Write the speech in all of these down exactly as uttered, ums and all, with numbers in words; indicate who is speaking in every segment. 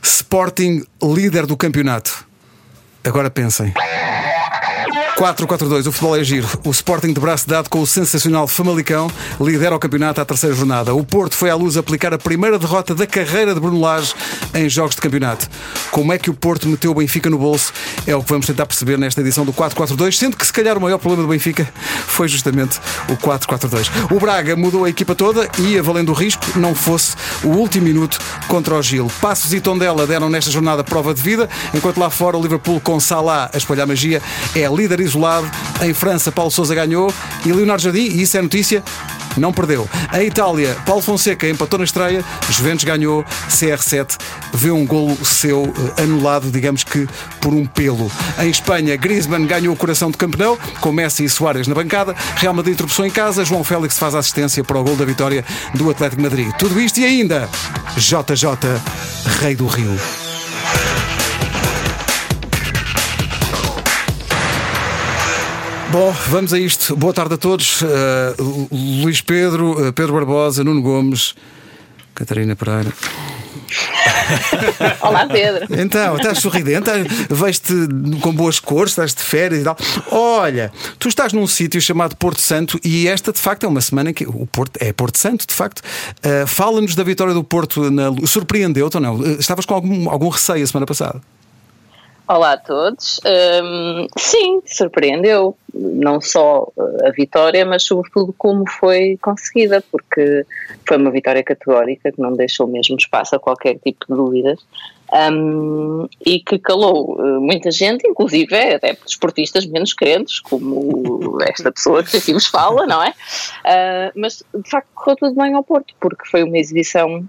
Speaker 1: Sporting, líder do campeonato. Agora pensem. quatro quatro dois, o futebol é giro. O Sporting de braço dado com o sensacional Famalicão lidera o campeonato à terceira jornada. O Porto foi à Luz aplicar a primeira derrota da carreira de Bruno Lage em jogos de campeonato. Como é que o Porto meteu o Benfica no bolso? É o que vamos tentar perceber nesta edição do quatro quatro dois, sendo que se calhar o maior problema do Benfica foi justamente o quatro quatro dois. O Braga mudou a equipa toda e ia valendo o risco, não fosse o último minuto contra o Gil. Passos e Tondela deram nesta jornada prova de vida, enquanto lá fora o Liverpool com Salah a espalhar magia é líder isolado. Em França, Paulo Sousa ganhou e Leonardo Jardim, e isso é notícia, não perdeu. Em Itália, Paulo Fonseca empatou na estreia, Juventus ganhou, C R sete vê um golo seu anulado, digamos que por um pelo. Em Espanha, Griezmann ganhou o coração de campeão, com Messi e Suárez na bancada. Real Madrid tropeçou em casa, João Félix faz a assistência para o golo da vitória do Atlético de Madrid. Tudo isto e ainda J J, Rei do Rio. Bom, vamos a isto. Boa tarde a todos. Uh, Luís Pedro, uh, Pedro Barbosa, Nuno Gomes, Catarina Pereira.
Speaker 2: Olá, Pedro.
Speaker 1: Então, estás sorridente, vais-te com boas cores, estás de férias e tal. Olha, tu estás num sítio chamado Porto Santo e esta de facto é uma semana que o Porto é Porto Santo, de facto. Uh, Fala-nos da vitória do Porto. Na... Surpreendeu-te ou não? Uh, estavas com algum, algum receio a semana passada?
Speaker 2: Olá a todos. Um, sim, surpreendeu. Não só a vitória, mas sobretudo como foi conseguida, porque foi uma vitória categórica que não deixou mesmo espaço a qualquer tipo de dúvidas, um, e que calou muita gente, inclusive até desportistas menos crentes, como esta pessoa que aqui vos fala, não é? Uh, mas de facto correu tudo bem ao Porto, porque foi uma exibição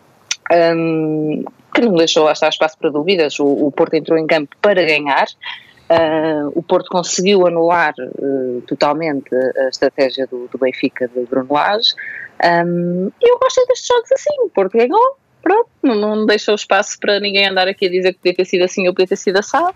Speaker 2: Um, que não deixou lá estar espaço para dúvidas. O, o Porto entrou em campo para ganhar, uh, o Porto conseguiu anular uh, totalmente a estratégia do, do Benfica de Bruno Lage, um, e eu gosto destes jogos assim. O Porto ganhou, pronto, não, não deixou espaço para ninguém andar aqui a dizer que podia ter sido assim ou podia ter sido assado.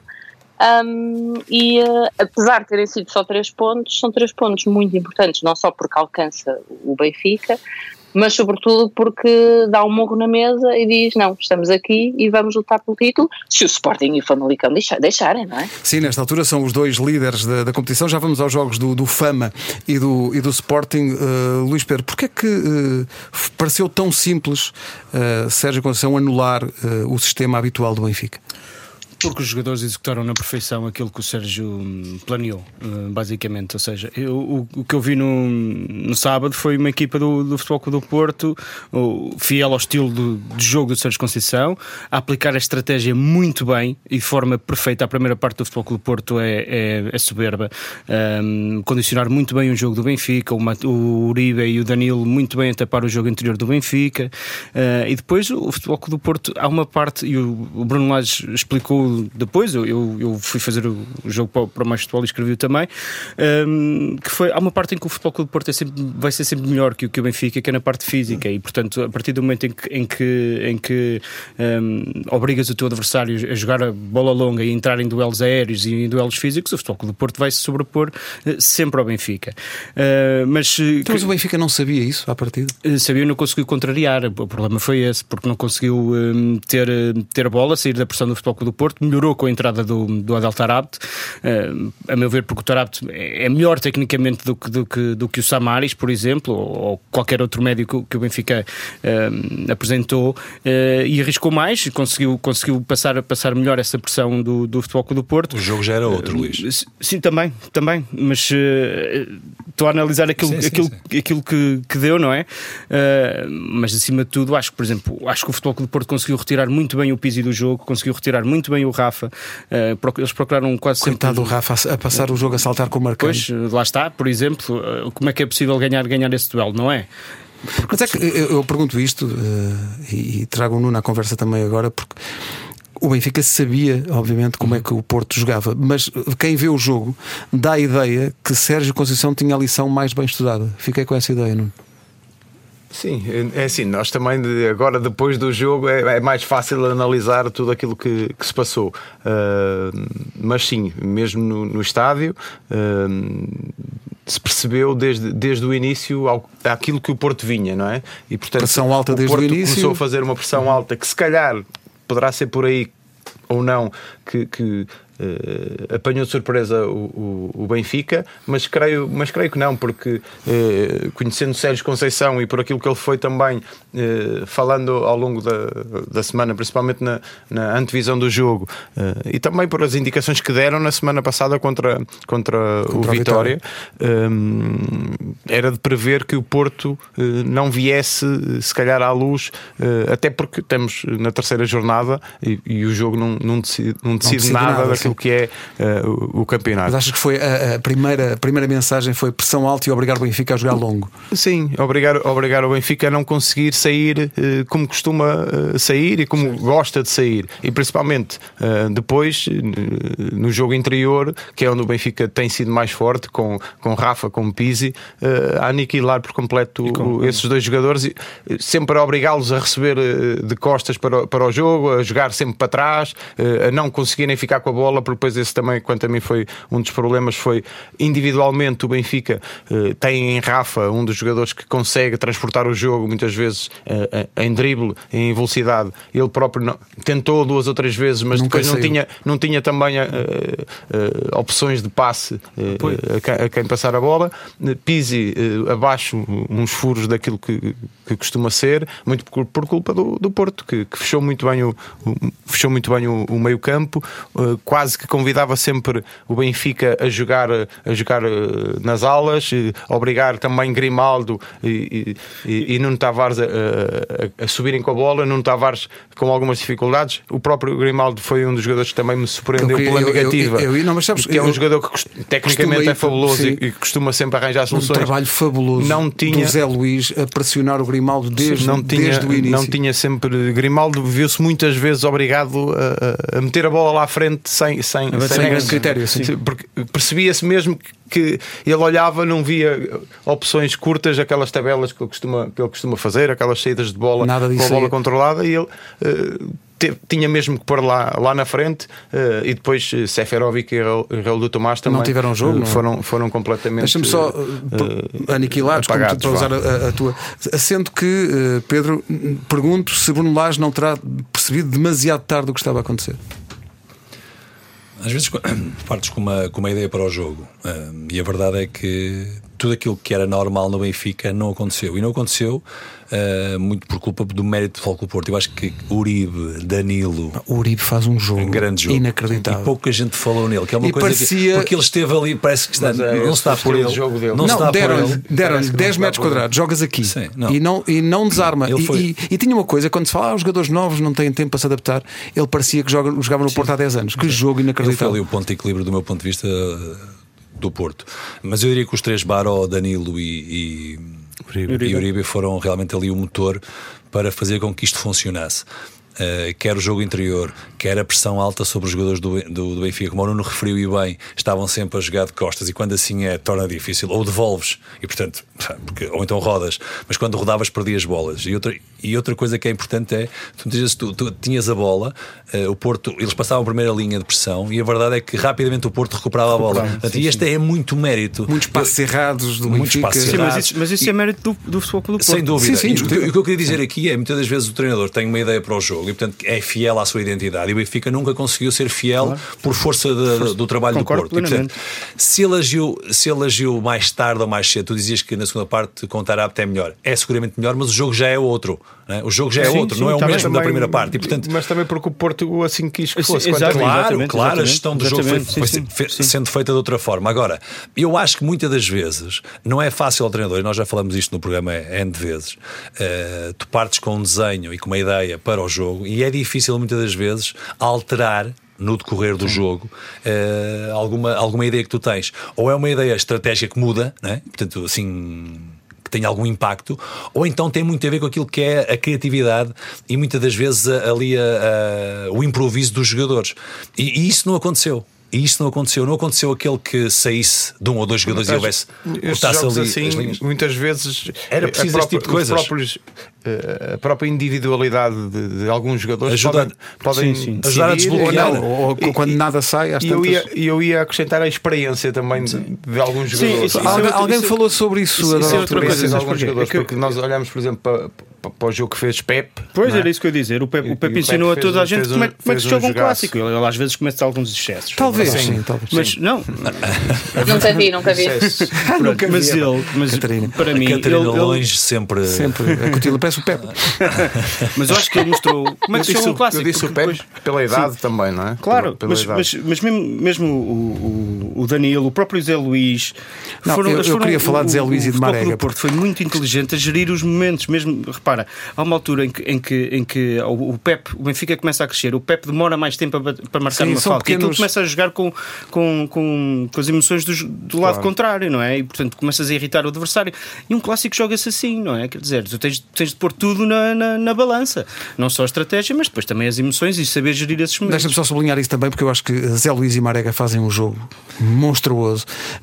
Speaker 2: Um, e uh, apesar de terem sido só três pontos, são três pontos muito importantes, não só porque alcança o Benfica, mas sobretudo porque dá um morro na mesa e diz, não, estamos aqui e vamos lutar pelo título, se o Sporting e o Famalicão deixarem, não é?
Speaker 1: Sim, nesta altura são os dois líderes da, da competição. Já vamos aos jogos do, do Fama e do, e do Sporting. uh, Luís Pedro, porquê é que uh, pareceu tão simples uh, Sérgio Conceição anular uh, o sistema habitual do Benfica?
Speaker 3: Porque os jogadores executaram na perfeição aquilo que o Sérgio planeou, basicamente. Ou seja, eu, o, o que eu vi no, no sábado foi uma equipa do, do Futebol Clube do Porto, fiel ao estilo do, de jogo do Sérgio Conceição, a aplicar a estratégia muito bem e de forma perfeita. A primeira parte do Futebol Clube do Porto é, é, é soberba, um, condicionar muito bem o jogo do Benfica, o, o Uribe e o Danilo muito bem a tapar o jogo interior do Benfica, uh, e depois o Futebol Clube do Porto, há uma parte, e o, o Bruno Lage explicou depois, eu, eu, eu fui fazer o jogo para, para o Mais Futebol e escrevi-o também, um, que foi, há uma parte em que o Futebol Clube do Porto é sempre, vai ser sempre melhor que o, que o Benfica, que é na parte física, e portanto a partir do momento em que, em que, em que um, obrigas o teu adversário a jogar a bola longa e entrar em duelos aéreos e em duelos físicos, o Futebol Clube do Porto vai se sobrepor uh, sempre ao Benfica. Uh, mas,
Speaker 1: então, mas o Benfica não sabia isso à partida?
Speaker 3: Uh, sabia e não conseguiu contrariar. O problema foi esse, porque não conseguiu um, ter, ter a bola, sair da pressão do Futebol Clube do Porto. Melhorou com a entrada do, do Adel Taarabt, uh, a meu ver, porque o Taarabt é melhor tecnicamente do que, do que, do que o Samaris, por exemplo, ou, ou qualquer outro médio que, que o Benfica uh, apresentou, uh, e arriscou mais, conseguiu, conseguiu passar, passar melhor essa pressão do, do Futebol Clube do Porto.
Speaker 4: O jogo já era outro, uh, Luís.
Speaker 3: Sim, também, também, mas uh, estou a analisar aquilo, sim, sim, aquilo, sim. aquilo que, que deu, não é? Uh, mas acima de tudo, acho que, por exemplo, acho que o Futebol Clube do Porto conseguiu retirar muito bem o Pizzi do jogo, conseguiu retirar muito bem o Rafa. Uh, eles procuraram quase
Speaker 1: Coitado
Speaker 3: sempre...
Speaker 1: do Rafa a passar uh, o jogo a saltar com o Marcão.
Speaker 3: Pois, lá está, por exemplo, uh, como é que é possível ganhar, ganhar esse duelo, não é?
Speaker 1: Porque... Mas é que eu, eu pergunto isto uh, e, e trago o Nuno à conversa também agora, porque o Benfica sabia, obviamente, como é que o Porto jogava, mas quem vê o jogo dá a ideia que Sérgio Conceição tinha a lição mais bem estudada. Fiquei com essa ideia, Nuno.
Speaker 4: Sim, é assim, nós também agora depois do jogo é, é mais fácil analisar tudo aquilo que, que se passou, uh, mas sim, mesmo no, no estádio uh, se percebeu desde, desde o início ao, aquilo que o Porto vinha, não é? E portanto
Speaker 1: pressão alta
Speaker 4: o
Speaker 1: desde
Speaker 4: Porto
Speaker 1: o início
Speaker 4: começou a fazer uma pressão alta que se calhar poderá ser por aí ou não que, que Uh, apanhou de surpresa o, o, o Benfica, mas creio, mas creio que não, porque uh, conhecendo Sérgio Conceição e por aquilo que ele foi também uh, falando ao longo da, da semana, principalmente na, na antevisão do jogo, uh, e também por as indicações que deram na semana passada contra, contra, contra o Vitória, um, era de prever que o Porto uh, não viesse se calhar à luz, uh, até porque estamos na terceira jornada e, e o jogo não, não decide, não decide, não decide nada, nada daquilo que é uh, o, o campeonato.
Speaker 1: Mas achas que foi a, a, primeira, a primeira mensagem foi pressão alta e obrigar o Benfica a jogar longo?
Speaker 4: Sim, obrigar, obrigar o Benfica a não conseguir sair uh, como costuma uh, sair e como Sim. gosta de sair, e principalmente uh, depois uh, no jogo interior, que é onde o Benfica tem sido mais forte, com, com Rafa, com Pizzi, uh, a aniquilar por completo com... esses dois jogadores, e, sempre a obrigá-los a receber uh, de costas para, para o jogo, a jogar sempre para trás, uh, a não conseguirem ficar com a bola, porque depois esse também, quanto a mim, foi um dos problemas. Foi individualmente o Benfica uh, tem em Rafa um dos jogadores que consegue transportar o jogo muitas vezes uh, em drible, em velocidade. Ele próprio não, tentou duas ou três vezes, mas Nunca depois não tinha, não tinha também uh, uh, opções de passe uh, a, quem, a quem passar a bola. Pizzi uh, abaixo uns furos daquilo que, que costuma ser, muito por, por culpa do, do Porto, que, que fechou muito bem o, o, fechou muito bem o, o meio campo, uh, quase que convidava sempre o Benfica a jogar, a jogar nas alas, obrigar também Grimaldo e, e, e Nuno Tavares a, a, a subirem com a bola. Nuno Tavares com algumas dificuldades. O próprio Grimaldo foi um dos jogadores que também me surpreendeu eu, pela eu, negativa,
Speaker 1: eu, eu, eu, não, mas sabes,
Speaker 4: que é um jogador que tecnicamente é fabuloso e, e costuma sempre arranjar soluções.
Speaker 1: Um trabalho fabuloso
Speaker 4: não tinha,
Speaker 1: do Zé Luís a pressionar o Grimaldo desde,
Speaker 4: não tinha,
Speaker 1: desde o início.
Speaker 4: Não tinha sempre. Grimaldo viu-se muitas vezes obrigado a, a meter a bola lá à frente sem, sem, sem,
Speaker 1: sem grande critério, sim.
Speaker 4: Porque percebia-se mesmo que ele olhava, não via opções curtas, aquelas tabelas que ele costuma, que ele costuma fazer, aquelas saídas de bola
Speaker 1: Nada
Speaker 4: com a bola
Speaker 1: aí.
Speaker 4: controlada, e ele uh, te, tinha mesmo que pôr lá, lá na frente, uh, e depois uh, Seferovic e Raul do Tomás também
Speaker 1: não tiveram jogo,
Speaker 4: uh, foram, foram completamente.
Speaker 1: Deixa-me só uh, aniquilados, como tu, para usar a, a tua. Sendo que, uh, Pedro, pergunto se Bruno Lage não terá percebido demasiado tarde o que estava a acontecer.
Speaker 5: Às vezes partes com uma, com uma ideia para o jogo, um, e a verdade é que tudo aquilo que era normal no Benfica não aconteceu. E não aconteceu uh, muito por culpa do mérito do Futebol Clube do Porto. Eu acho que Uribe, Danilo...
Speaker 1: O Uribe faz um jogo,
Speaker 5: um grande jogo
Speaker 1: inacreditável.
Speaker 5: E pouca gente falou nele, que é uma
Speaker 1: e
Speaker 5: coisa
Speaker 1: parecia...
Speaker 5: que... Porque ele esteve ali, parece que está,
Speaker 4: é,
Speaker 5: não está por ele.
Speaker 4: Não,
Speaker 1: não
Speaker 5: está
Speaker 1: deram-lhe
Speaker 5: por
Speaker 1: deram dez metros quadrados, jogas aqui.
Speaker 5: Sim, não.
Speaker 1: E, não, e não desarma. E,
Speaker 5: foi...
Speaker 1: e, e tinha uma coisa, quando se fala, ah, os jogadores novos não têm tempo para se adaptar, ele parecia que joga, jogava no Sim. Porto há dez anos. Que Sim. jogo inacreditável.
Speaker 5: Ele foi ali o ponto de equilíbrio do meu ponto de vista do Porto. Mas eu diria que os três, Baró, Danilo e, e, Uribe. e Uribe foram realmente ali o motor para fazer com que isto funcionasse. Uh, quer o jogo interior, quer a pressão alta sobre os jogadores do, do, do Benfica, como o Nuno referiu e bem, estavam sempre a jogar de costas, e quando assim é, torna difícil, ou devolves, e portanto, porque, ou então rodas, mas quando rodavas perdias bolas. E outra, e outra coisa que é importante é, tu, tu, tu tinhas a bola, uh, o Porto, eles passavam a primeira linha de pressão, e a verdade é que rapidamente o Porto recuperava a bola. Portanto, sim, e este sim. é muito mérito.
Speaker 1: Muitos passos errados do Benfica.
Speaker 3: Sim, mas isso, mas isso
Speaker 5: e,
Speaker 3: é mérito do, do Futebol Clube do Porto.
Speaker 5: Sem dúvida.
Speaker 1: Sim, sim,
Speaker 5: e, o, o que eu queria dizer aqui é, muitas das vezes o treinador tem uma ideia para o jogo, e portanto é fiel à sua identidade, e o Benfica nunca conseguiu ser fiel claro. por força, de, força do trabalho
Speaker 3: Concordo
Speaker 5: do Porto. E, portanto, se ele agiu, se ele agiu mais tarde ou mais cedo, tu dizias que na segunda parte com o Tarapte é melhor, é seguramente melhor, mas o jogo já é outro, né? O jogo já é
Speaker 4: sim,
Speaker 5: outro,
Speaker 4: sim,
Speaker 5: não é o mesmo
Speaker 4: também,
Speaker 5: da primeira parte, e, portanto,
Speaker 4: mas também porque o Porto assim quis que fosse.
Speaker 3: Exato,
Speaker 5: claro,
Speaker 3: exatamente,
Speaker 5: claro,
Speaker 3: exatamente,
Speaker 5: a gestão do jogo foi, foi
Speaker 3: sim,
Speaker 5: fe,
Speaker 3: sim.
Speaker 5: sendo feita de outra forma. Agora, eu acho que muitas das vezes não é fácil ao treinador, e nós já falamos isto no programa N de vezes, uh, tu partes com um desenho e com uma ideia para o jogo, e é difícil muitas das vezes alterar no decorrer do Sim. jogo uh, alguma, alguma ideia que tu tens, ou é uma ideia estratégica que muda, né? Portanto, assim, que tem algum impacto, ou então tem muito a ver com aquilo que é a criatividade e muitas das vezes ali a, a, o improviso dos jogadores, e, e isso não aconteceu. E isso não aconteceu. Não aconteceu aquele que saísse de um ou dois jogadores mas, e houvesse cortasse ali
Speaker 4: assim,
Speaker 5: as linhas.
Speaker 4: Muitas vezes
Speaker 5: era preciso própria, este tipo de coisas.
Speaker 4: Próprios, a própria individualidade de, de alguns jogadores
Speaker 5: ajudar,
Speaker 4: podem, podem
Speaker 5: sim, sim. ajudar a desbloquear.
Speaker 1: Ou, ou, ou quando
Speaker 4: e,
Speaker 1: nada sai.
Speaker 4: E eu ia, eu ia acrescentar a experiência também de, de alguns jogadores.
Speaker 1: Sim, isso, isso Algu- é, alguém isso, falou sobre isso.
Speaker 4: Isso, isso é outra
Speaker 1: coisa.
Speaker 4: De alguns jogadores, porque nós olhamos, por exemplo, para, para o jogo que fez Pep.
Speaker 3: Pois era isso que eu ia dizer. O Pep, o Pep ensinou a toda a gente como é, como é que se joga um clássico. Ele, ele às vezes comete alguns excessos.
Speaker 1: Talvez, sim, sim, talvez.
Speaker 3: Mas
Speaker 1: sim.
Speaker 3: não.
Speaker 2: Nunca vi, nunca vi.
Speaker 3: Pronto, nunca vi. Mas ele, mas
Speaker 1: Catarina.
Speaker 3: para mim,
Speaker 5: a Catarina
Speaker 3: ele,
Speaker 5: longe sempre.
Speaker 1: Sempre. A cotila parece o Pep.
Speaker 3: Mas eu acho que ele mostrou como é que se joga um clássico.
Speaker 4: Eu disse o Pep
Speaker 3: depois...
Speaker 4: pela idade
Speaker 3: sim.
Speaker 4: também, não é?
Speaker 3: Claro,
Speaker 4: pela, pela
Speaker 3: mas, mas, mas mesmo, mesmo o, o, o Danilo, o próprio Zé Luís.
Speaker 1: Não,
Speaker 3: foram,
Speaker 1: eu, eu
Speaker 3: foram,
Speaker 1: queria falar de Zé Luís
Speaker 3: o,
Speaker 1: e de
Speaker 3: o
Speaker 1: Marega.
Speaker 3: O Porto foi muito inteligente a gerir os momentos. Mesmo, repara, há uma altura em que, em que, em que o, o Pep, o Benfica começa a crescer, o Pep demora mais tempo a, para marcar
Speaker 1: sim,
Speaker 3: uma falta.
Speaker 1: Pequenos...
Speaker 3: E aquilo começa a jogar com, com, com, com as emoções do, do lado
Speaker 4: claro.
Speaker 3: contrário, não é? E portanto começas a irritar o adversário. E um clássico joga-se assim, não é? Quer dizer, tu tens, tens de pôr tudo na, na, na balança. Não só a estratégia, mas depois também as emoções e saber gerir esses momentos.
Speaker 1: Deixa-me só sublinhar isso também, porque eu acho que Zé Luís e Marega fazem um jogo monstruoso.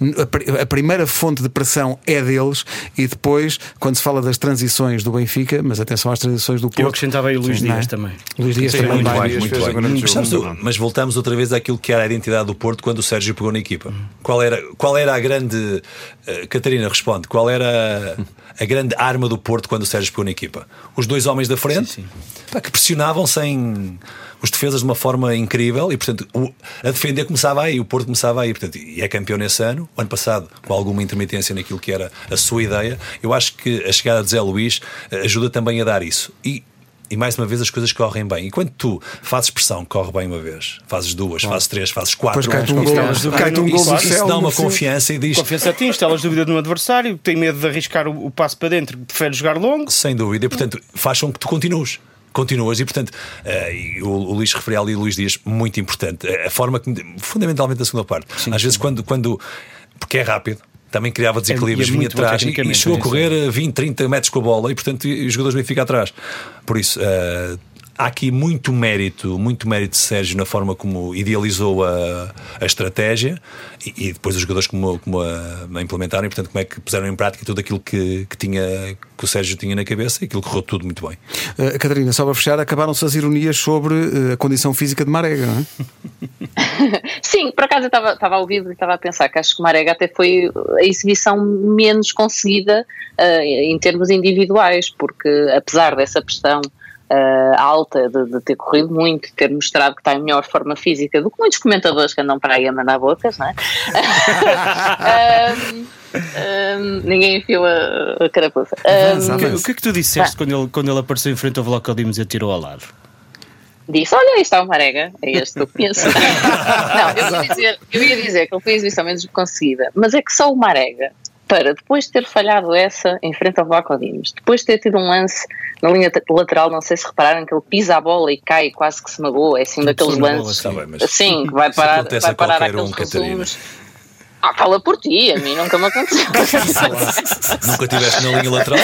Speaker 1: A, a primeira fonte de pressão é deles, e depois, quando se fala das transições do Benfica, mas atenção às transições do Porto.
Speaker 3: Eu acrescentava aí o Luís
Speaker 1: sim,
Speaker 3: Dias
Speaker 1: é?
Speaker 3: também.
Speaker 1: Luís Dias
Speaker 4: Sim,
Speaker 1: também
Speaker 4: muito
Speaker 1: vai.
Speaker 4: bem,
Speaker 5: Muito
Speaker 4: fez
Speaker 5: bem.
Speaker 4: um grande
Speaker 5: Mas,
Speaker 4: jogo,
Speaker 5: sabes,
Speaker 4: muito bem.
Speaker 5: mas voltamos outra vez àquilo que era a identidade do Porto quando o Sérgio pegou na equipa. Qual era, qual era a grande. Uh, Catarina, responde. Qual era a, a grande arma do Porto quando o Sérgio pegou na equipa? Os dois homens da frente,
Speaker 3: sim, sim.
Speaker 5: Pá, que pressionavam sem os defesas de uma forma incrível, e portanto o, a defender começava aí, o Porto começava aí, portanto, e é campeão nesse ano. O ano passado, com alguma intermitência naquilo que era a sua ideia. Eu acho que a chegada de Zé Luís uh, ajuda também a dar isso. E E mais uma vez as coisas correm bem. E quando tu fazes pressão, corre bem uma vez, fazes duas, claro. fazes três, fazes quatro,
Speaker 1: depois cai-te um gol, cai-te um gol do
Speaker 5: isso
Speaker 1: céu,
Speaker 5: dá uma
Speaker 1: sim.
Speaker 5: confiança e diz.
Speaker 3: Confiança a ti, instalas dúvida no adversário, tem medo de arriscar o, o passo para dentro, prefere jogar longo.
Speaker 5: Sem dúvida, e portanto faz com que tu continues. Continuas, e portanto uh, e o, o Luís referiu ali, o Luís Dias, muito importante. A forma que, fundamentalmente, a segunda parte. Sim, às sim. vezes, quando, quando. Porque é rápido. Também criava desequilíbrios, é, é vinha atrás e, e chegou a correr vinte, trinta metros com a bola, e portanto os jogadores vêm ficar atrás. Por isso, uh, há aqui muito mérito, muito mérito de Sérgio na forma como idealizou a, a estratégia, e, e depois os jogadores como, como a, a implementaram, e portanto como é que puseram em prática tudo aquilo que, que, tinha, que o Sérgio tinha na cabeça, e aquilo correu tudo muito bem.
Speaker 1: uh, Catarina, só para fechar, acabaram-se as ironias sobre uh, a condição física de Marega, não é?
Speaker 2: Sim, por acaso eu estava a ouvir e estava a pensar que acho que Marega até foi a exibição menos conseguida uh, em termos individuais, porque apesar dessa pressão Uh, alta, de, de ter corrido muito, de ter mostrado que está em melhor forma física do que muitos comentadores que andam para aí a mandar bocas, não é? um, um, ninguém enfiou a, a carapuça. Um,
Speaker 3: o, que, o que é que tu disseste ah. quando, ele, quando ele apareceu em frente ao Vlaco Dimos e atirou ao lado?
Speaker 2: Disse, olha, aí está o Marega, é este que eu penso. Não, eu ia, dizer, eu ia dizer que ele foi a exibição menos conseguida, mas é que só o Marega, para depois de ter falhado essa em frente ao Vlaco Dimos, depois de ter tido um lance na linha lateral, não sei se repararam que ele pisa a bola e cai, quase que se magoa, é assim um daqueles lances
Speaker 5: bola, tá bem,
Speaker 2: assim, que vai parar, vai parar aqueles um, resumos. Ah, fala por ti, a mim nunca me aconteceu.
Speaker 5: Nunca estiveste na linha lateral?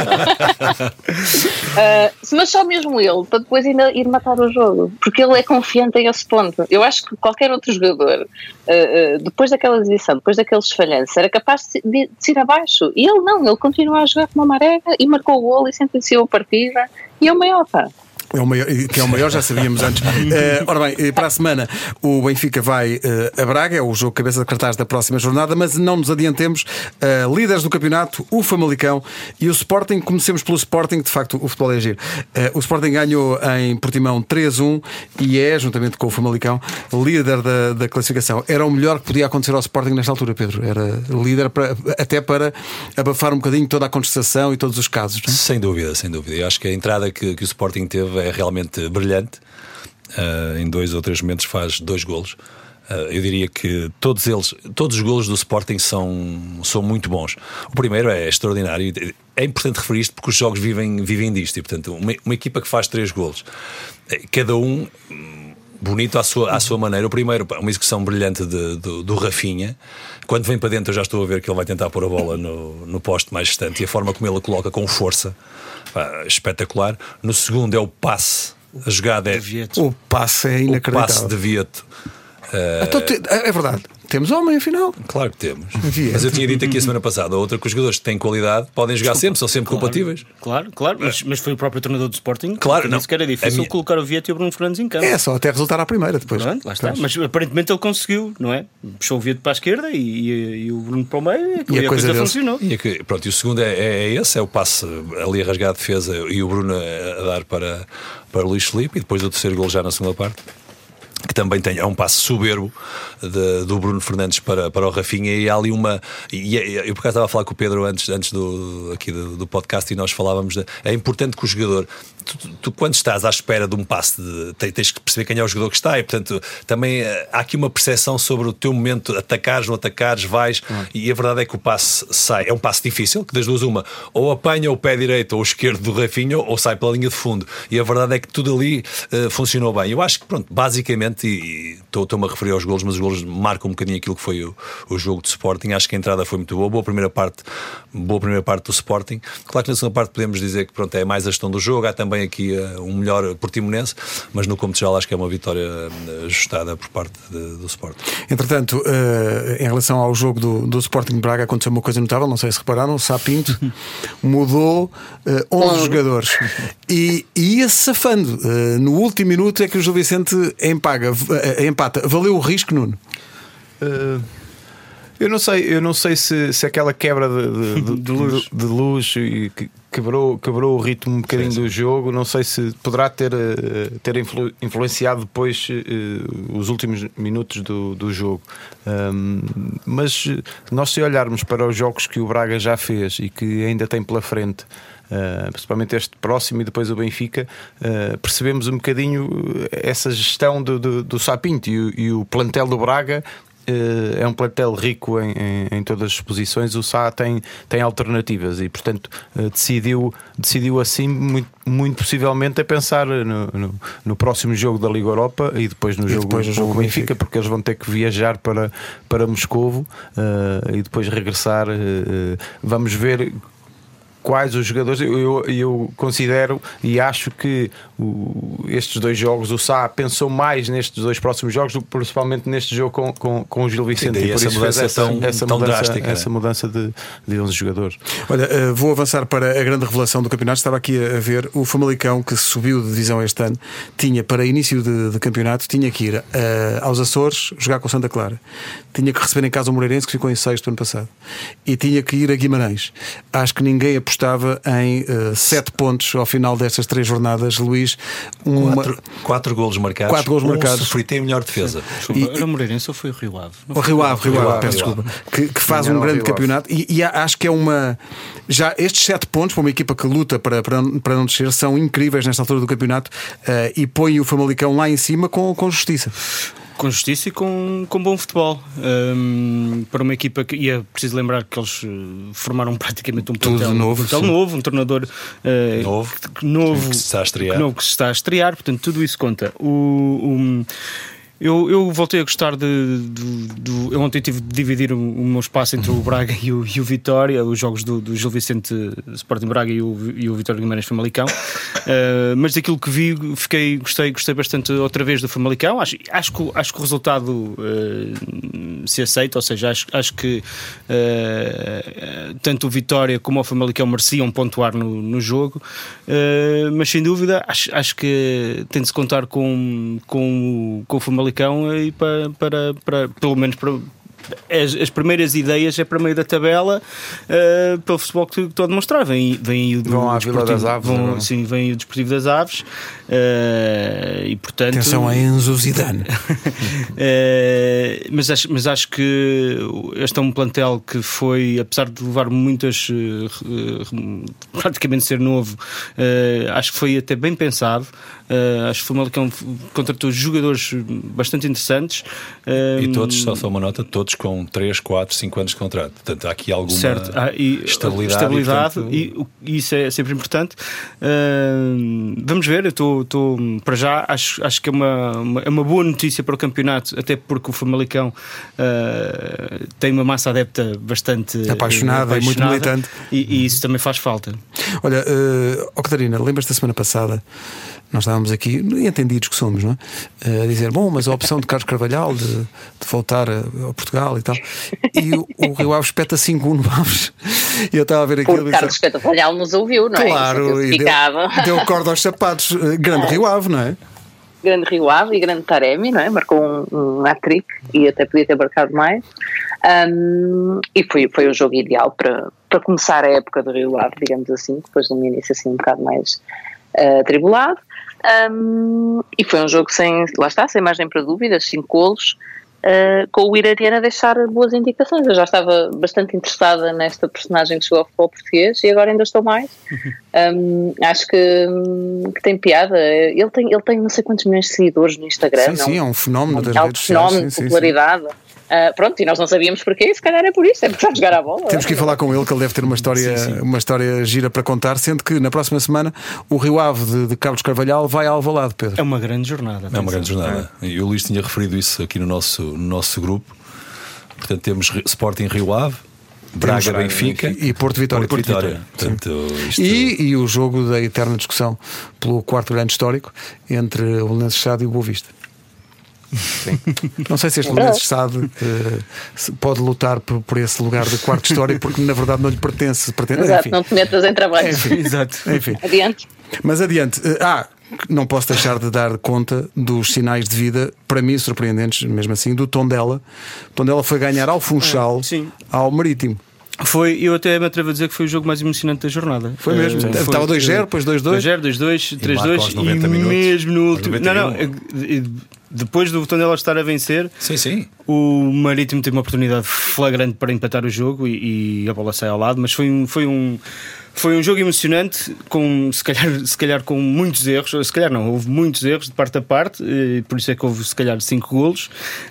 Speaker 2: uh, mas só mesmo ele, para depois ainda ir matar o jogo, porque ele é confiante a esse ponto. Eu acho que qualquer outro jogador, uh, uh, depois daquela exibição, depois daqueles falhanços, era capaz de, de, de se ir abaixo. E ele não, ele continua a jogar como uma Marega e marcou o golo e sentenciou a partida. E é o maior, pá.
Speaker 1: É o maior, que é o maior, já sabíamos antes. Uh, ora bem, para a semana o Benfica vai uh, a Braga, é o jogo cabeça de cartaz da próxima jornada, mas não nos adiantemos. Uh, líderes do campeonato, o Famalicão e o Sporting. Comecemos pelo Sporting, de facto o futebol é giro. Uh, o Sporting ganhou em Portimão três a um e é, juntamente com o Famalicão, líder da, da classificação. Era o melhor que podia acontecer ao Sporting nesta altura, Pedro. Era líder para, até para abafar um bocadinho toda a contestação e todos os casos, não é?
Speaker 5: Sem dúvida, sem dúvida. Eu acho que a entrada que, que o Sporting teve é realmente brilhante. Uh, em dois ou três momentos faz dois golos. Uh, eu diria que todos eles, todos os golos do Sporting são, são muito bons. O primeiro é extraordinário. É importante referir isto porque os jogos vivem, vivem disto. E, portanto, uma, uma equipa que faz três golos, cada um bonito à sua, à sua maneira. O primeiro, uma execução brilhante de, do, do Rafinha. Quando vem para dentro eu já estou a ver que ele vai tentar pôr a bola no, no poste mais distante, e a forma como ele a coloca com força, pá, espetacular. No segundo é o passe, a jogada é
Speaker 1: o passe é inacreditável.
Speaker 5: O passe de Vieto.
Speaker 1: Uh... Então, é verdade. Temos homem, afinal.
Speaker 5: Claro que temos.
Speaker 1: Havia.
Speaker 5: Mas eu tinha dito aqui a semana passada, outra que os jogadores que têm qualidade podem jogar sempre, são sempre
Speaker 3: Claro,
Speaker 5: compatíveis.
Speaker 3: Claro, claro, mas, mas foi o próprio treinador do Sporting
Speaker 5: Claro,
Speaker 3: que
Speaker 5: não.
Speaker 3: disse que era difícil
Speaker 5: minha...
Speaker 3: colocar o Vieto e o Bruno Fernandes em campo.
Speaker 1: É só até resultar à primeira depois.
Speaker 3: Pronto, lá está. Mas aparentemente ele conseguiu, não é? Puxou o Vieto para a esquerda e, e, e o Bruno para o meio e,
Speaker 1: E a
Speaker 3: a,
Speaker 1: coisa
Speaker 3: coisa
Speaker 1: deles.
Speaker 3: funcionou.
Speaker 5: E, aqui, pronto, e o segundo é, é, é esse, é o passe ali a rasgar a defesa e o Bruno a, a dar para, para Luís Filipe, e depois o terceiro gol já na segunda parte, que também tem, é um passe soberbo de, do Bruno Fernandes para, para o Rafinha, e há ali uma. E, e, eu por acaso estava a falar com o Pedro antes, antes do, aqui do, do podcast, e nós falávamos de, é importante que o jogador, tu, tu, tu quando estás à espera de um passe, de, tens que perceber quem é o jogador que está, e portanto também há aqui uma percepção sobre o teu momento, atacares, não atacares, vais, hum. e a verdade é que o passe sai, é um passe difícil, que das duas uma, ou apanha o pé direito ou o esquerdo do Rafinha, ou sai pela linha de fundo, e a verdade é que tudo ali uh, funcionou bem. Eu acho que, pronto, basicamente, e estou-me a referir aos golos, mas os golos marcam um bocadinho aquilo que foi o, o jogo de Sporting. Acho que a entrada foi muito boa, boa primeira parte, boa primeira parte do Sporting. Claro que na segunda parte podemos dizer que, pronto, é mais a gestão do jogo, há também aqui uh, um melhor Portimonense, mas no cômputo geral acho que é uma vitória uh, ajustada por parte de, do Sporting.
Speaker 1: Entretanto, uh, em relação ao jogo do, do Sporting de Braga, aconteceu uma coisa notável, não sei se repararam, o Sá Pinto mudou uh, onze jogadores e, e ia-se safando. Uh, no último minuto é que o Gil Vicente empaga, uh, empata. Valeu o risco, Nuno?
Speaker 4: Uh... Eu não sei, eu não sei se, se aquela quebra de, de, de, de luz, de, de luz e que quebrou, quebrou o ritmo um bocadinho sim, sim. do jogo. Não sei se poderá ter, ter influ, influenciado depois uh, os últimos minutos do, do jogo. Um, mas nós, se olharmos para os jogos que o Braga já fez e que ainda tem pela frente, Uh, principalmente este próximo e depois o Benfica, uh, percebemos um bocadinho essa gestão do, do, do Sá Pinto e, o, e o plantel do Braga. Uh, é um plantel rico em, em, em todas as posições. O Sá tem, tem alternativas e, portanto, uh, decidiu, decidiu assim, muito, muito possivelmente, a pensar no, no, no próximo jogo da Liga Europa e depois no e jogo do jogo Benfica, Benfica, porque eles vão ter que viajar para, para Moscovo uh, e depois regressar. Uh, vamos ver quais os jogadores. Eu, eu, eu considero e acho que o, estes dois jogos, o Sá pensou mais nestes dois próximos jogos do que principalmente neste jogo com, com, com o Gil Vicente.
Speaker 5: Sim, e por essa isso mudança essa, tão,
Speaker 4: essa
Speaker 5: tão
Speaker 4: mudança,
Speaker 5: drástica,
Speaker 4: essa
Speaker 5: é?
Speaker 4: mudança de, de onze jogadores.
Speaker 1: Olha, uh, vou avançar para a grande revelação do campeonato. Estava aqui a ver o Famalicão, que subiu de divisão este ano, tinha para início de, de campeonato, tinha que ir uh, aos Açores jogar com o Santa Clara, tinha que receber em casa o Moreirense, que ficou em sexto ano passado, e tinha que ir a Guimarães. Acho que ninguém apostava em uh, sete pontos ao final destas três jornadas. Luís, uma...
Speaker 5: quatro, quatro golos marcados,
Speaker 1: quatro golos
Speaker 5: um
Speaker 1: marcados.
Speaker 5: Sofrito tem a melhor defesa.
Speaker 3: E, era o Moreirense ou foi o Rio Ave?
Speaker 1: Não o Rio Ave, Rio Ave, peço desculpa, que, que faz um grande campeonato e, e acho que é uma. Já estes sete pontos para uma equipa que luta para, para, para não descer são incríveis nesta altura do campeonato, uh, e põe o Famalicão lá em cima com, com justiça.
Speaker 3: Com justiça e com, com bom futebol. Um, para uma equipa que. E é preciso lembrar que eles formaram praticamente um plantel
Speaker 1: novo,
Speaker 3: um, novo, um treinador uh,
Speaker 5: novo,
Speaker 3: que, novo,
Speaker 5: que se está a estrear.
Speaker 3: Que, novo, que se está a estrear, portanto, tudo isso conta. O. o Eu, eu voltei a gostar de, de, de. Eu ontem tive de dividir o, o meu espaço entre o Braga e o, e o Vitória, os jogos do, do Gil Vicente Sporting Braga e o, e o Vitória Guimarães Famalicão. Uh, mas daquilo que vi, fiquei, gostei, gostei bastante outra vez do Famalicão. Acho, acho, que, acho que o resultado uh, se aceita, ou seja, acho, acho que uh, tanto o Vitória como o Famalicão mereciam pontuar no, no jogo, uh, mas sem dúvida acho, acho que tem de se contar com, com, com o Famalicão. E para, para, para, pelo menos para as, as primeiras ideias é para meio da tabela, uh, pelo futebol que estou a demonstrar. Vem, vem o
Speaker 4: vão à Vila das Aves,
Speaker 3: vão, sim, vem o Desportivo das Aves, uh, e portanto
Speaker 1: atenção a Enzo Zidane.
Speaker 3: uh, mas, acho, mas acho que este é um plantel que foi, apesar de levar muitas uh, praticamente ser novo, uh, acho que foi até bem pensado. Uh, acho que o Famalicão contratou jogadores bastante interessantes, uh,
Speaker 5: e todos, só, só uma nota, todos com três, quatro, cinco anos de contrato. Portanto, há aqui alguma
Speaker 3: certo. Ah, e,
Speaker 5: estabilidade,
Speaker 3: estabilidade
Speaker 5: e, portanto...
Speaker 3: e, e isso é sempre importante. Uh, vamos ver, eu estou para já, acho, acho que é uma, uma, é uma boa notícia para o campeonato, até porque o Famalicão uh, tem uma massa adepta bastante
Speaker 1: apaixonada, apaixonada e muito militante,
Speaker 3: e, e isso também faz falta.
Speaker 1: Olha, uh, oh Catarina, lembras-te da semana passada? Nós estávamos aqui, entendidos que somos, não é? A dizer, bom, mas a opção de Carlos Carvalhal de, de voltar a, a Portugal Portugal e tal. E o, o Rio Ave espeta cinco a um no Aves. E eu estava a ver aquilo.
Speaker 2: Porque Carlos Carvalhal nos ouviu, não é?
Speaker 1: Claro, e deu, deu corda aos sapatos. Grande Rio Ave, não é?
Speaker 2: Grande Rio Ave e grande Taremi, não é? Marcou um, um hat-trick e até podia ter marcado mais. Um, e foi, foi o jogo ideal para, para começar a época do Rio Ave, digamos assim, depois de um início assim um bocado mais uh, atribulado. Um, e foi um jogo sem, lá está, sem margem para dúvidas, cinco golos, uh, com o Irariano a deixar boas indicações. Eu já estava bastante interessada nesta personagem que chegou ao futebol português e agora ainda estou mais. Um, acho que, que tem piada. Ele tem, ele tem não sei quantos milhões de seguidores no Instagram.
Speaker 1: Sim, sim, é um fenómeno
Speaker 2: um
Speaker 1: das redes
Speaker 2: sociais. Fenómeno,
Speaker 1: sim,
Speaker 2: popularidade. Sim, sim. Uh, pronto, e nós não sabíamos porquê, se calhar é por isso, é porque sabe jogar a bola.
Speaker 1: Temos que ir falar com ele, que ele deve ter uma história, sim, sim. uma história gira para contar, sendo que na próxima semana o Rio Ave de, de Carlos Carvalhal vai ao Alvalade, Pedro.
Speaker 3: É uma grande jornada.
Speaker 5: É uma grande jornada. É. E o Luís tinha referido isso aqui no nosso, no nosso grupo. Portanto, temos Sporting Rio Ave, Braga, temos Benfica
Speaker 1: e Porto Vitória.
Speaker 5: Porto Vitória. Portanto, isto...
Speaker 1: e, e o jogo da eterna discussão pelo quarto grande histórico entre o Belenenses Sade e o Boa Vista. Sim. Não sei se este Belenenses Sade uh, pode lutar por, por esse lugar de quarto histórico, porque na verdade não lhe pertence. pertence
Speaker 2: Exato,
Speaker 1: enfim.
Speaker 2: não te metas em trabalho.
Speaker 1: Enfim, exato. Enfim.
Speaker 2: Adiante.
Speaker 1: Mas adiante. Uh, ah, não posso deixar de dar conta dos sinais de vida, para mim surpreendentes, mesmo assim, do Tondela. Tondela foi ganhar ao Funchal, ah, ao Marítimo.
Speaker 3: Foi, eu até me atrevo a dizer que foi o jogo mais emocionante da jornada.
Speaker 1: Foi mesmo. Uh, foi, Estava dois zero, depois dois dois.
Speaker 3: dois zero, dois dois, três dois e, e mesmo no último. Não, não. Depois do Tondela estar a vencer,
Speaker 5: sim, sim.
Speaker 3: o Marítimo teve uma oportunidade flagrante para empatar o jogo e, e a bola sai ao lado, mas foi um, foi um, foi um jogo emocionante, com, se, calhar, se calhar com muitos erros, se calhar não, houve muitos erros de parte a parte, por isso é que houve se calhar cinco golos.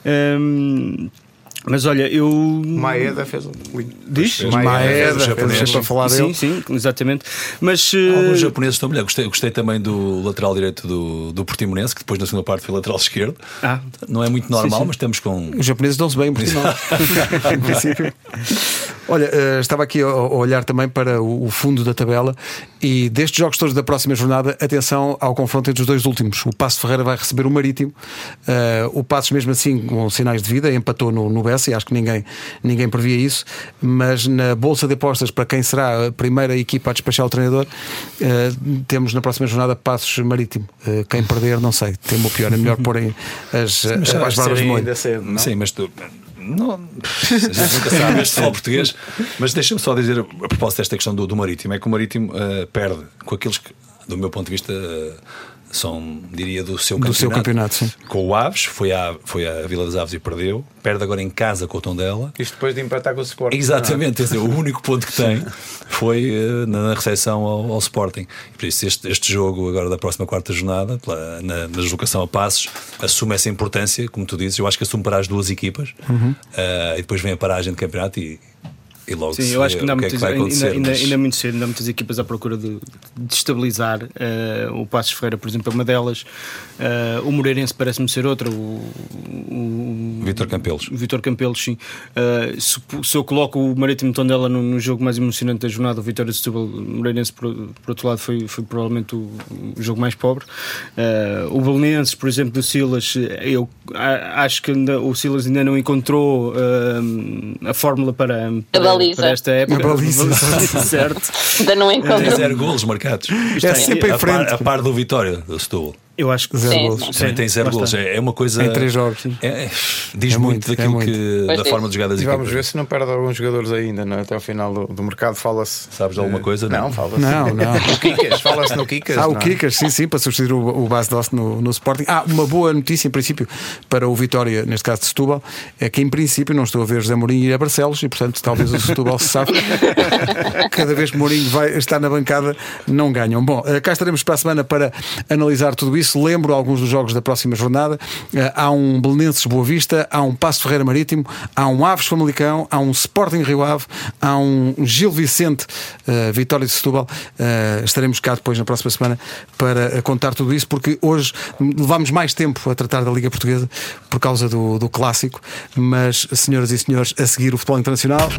Speaker 3: Um, Mas olha, eu.
Speaker 4: Maeda fez um.
Speaker 3: Diz?
Speaker 1: Maeda, fez para falar dele.
Speaker 3: Sim, sim, exatamente. Mas.
Speaker 5: Alguns uh... japoneses estão melhor. Gostei, gostei também do lateral direito do, do Portimonense, que depois na segunda parte foi lateral esquerdo. Ah. Não é muito normal, sim, sim. Mas estamos com.
Speaker 1: Os japoneses dão-se bem, por em princípio. Olha, uh, estava aqui a, a olhar também para o, o fundo da tabela e destes jogos todos da próxima jornada, atenção ao confronto entre os dois últimos. O Paços Ferreira vai receber o Marítimo. Uh, o Paços, mesmo assim, com sinais de vida, empatou no, no Bessa e acho que ninguém, ninguém previa isso. Mas na bolsa de apostas, para quem será a primeira equipa a despachar o treinador, uh, temos na próxima jornada Paços Marítimo. Uh, quem perder, não sei, temo o pior. É melhor porem as, sim, as, as barbas de molho.
Speaker 5: Sim, mas tu. Não, a gente nunca sabe este futebol português. Mas deixa-me só dizer a propósito desta questão do, do Marítimo: é que o Marítimo uh, perde com aqueles que, do meu ponto de vista, uh, são, diria, do seu campeonato.
Speaker 1: Do seu campeonato, sim.
Speaker 5: Com o Aves, foi à, foi à Vila das Aves e perdeu. Perde agora em casa com o Tondela.
Speaker 4: Isto depois de empatar com o Sporting.
Speaker 5: Exatamente, quer dizer, o único ponto que tem foi uh, na recepção ao, ao Sporting. E por isso este, este jogo agora da próxima quarta jornada, pela, na, na deslocação a Passos, assume essa importância, como tu dizes. Eu acho que assume para as duas equipas. Uhum. Uh, e depois vem a paragem de campeonato e E logo sim, eu acho que ainda há
Speaker 3: muitas,
Speaker 5: que é que ainda,
Speaker 3: ainda, ainda muito cedo, ainda há muitas equipas à procura de, de estabilizar. Uh, o Paços Ferreira, por exemplo, é uma delas. Uh, o Moreirense parece-me ser outra. O, o,
Speaker 5: o Vítor Campelos.
Speaker 3: O Vítor Campelos, sim. Uh, se, se eu coloco o Marítimo Tondela no, no jogo mais emocionante da jornada, o Vitória de Setúbal, o Moreirense, por, por outro lado, foi, foi provavelmente o, o jogo mais pobre. Uh, o Belenenses, por exemplo, do Silas, eu acho que ainda, o Silas ainda não encontrou uh, a fórmula para. para para esta época.
Speaker 1: A baliza,
Speaker 3: certo.
Speaker 2: Ainda não encontro.
Speaker 5: Zero golos marcados.
Speaker 1: É sempre em frente.
Speaker 5: A par, a par do Vitória, do Setúbal.
Speaker 3: Eu acho que
Speaker 1: zero
Speaker 2: sim,
Speaker 1: golos.
Speaker 5: Sim, tem zero golos. É, é uma coisa.
Speaker 1: Em três jogos.
Speaker 5: É, é, diz
Speaker 1: é
Speaker 5: muito,
Speaker 1: muito
Speaker 5: daquilo
Speaker 1: é
Speaker 5: que.
Speaker 1: muito.
Speaker 5: Da
Speaker 2: pois
Speaker 5: forma
Speaker 2: é.
Speaker 5: de jogar das
Speaker 4: e
Speaker 5: equipas.
Speaker 4: vamos ver se não perde alguns jogadores ainda, não é? Até ao final do, do mercado fala-se.
Speaker 5: Sabes de alguma coisa?
Speaker 4: Não,
Speaker 5: não
Speaker 4: fala-se.
Speaker 1: Não, não.
Speaker 4: O Kikas, fala-se no Kikas.
Speaker 1: Ah, o
Speaker 4: não?
Speaker 1: Kikas, sim, sim, para substituir o, o Bas Dost no, no Sporting. Ah, uma boa notícia, em princípio, para o Vitória, neste caso de Setúbal, é que, em princípio, não estou a ver José Mourinho ir a Barcelos e, portanto, talvez o Setúbal se sabe. Cada vez que Mourinho vai estar na bancada, não ganham. Bom, cá estaremos para a semana para analisar tudo isso. Lembro alguns dos jogos da próxima jornada. Há um Belenenses Boa Vista, há um Paços Ferreira Marítimo, há um Aves Famalicão, há um Sporting Rio Ave, há um Gil Vicente uh, Vitória de Setúbal. Uh, estaremos cá depois na próxima semana para contar tudo isso, porque hoje levámos mais tempo a tratar da Liga Portuguesa por causa do, do clássico. Mas, senhoras e senhores, a seguir o futebol internacional.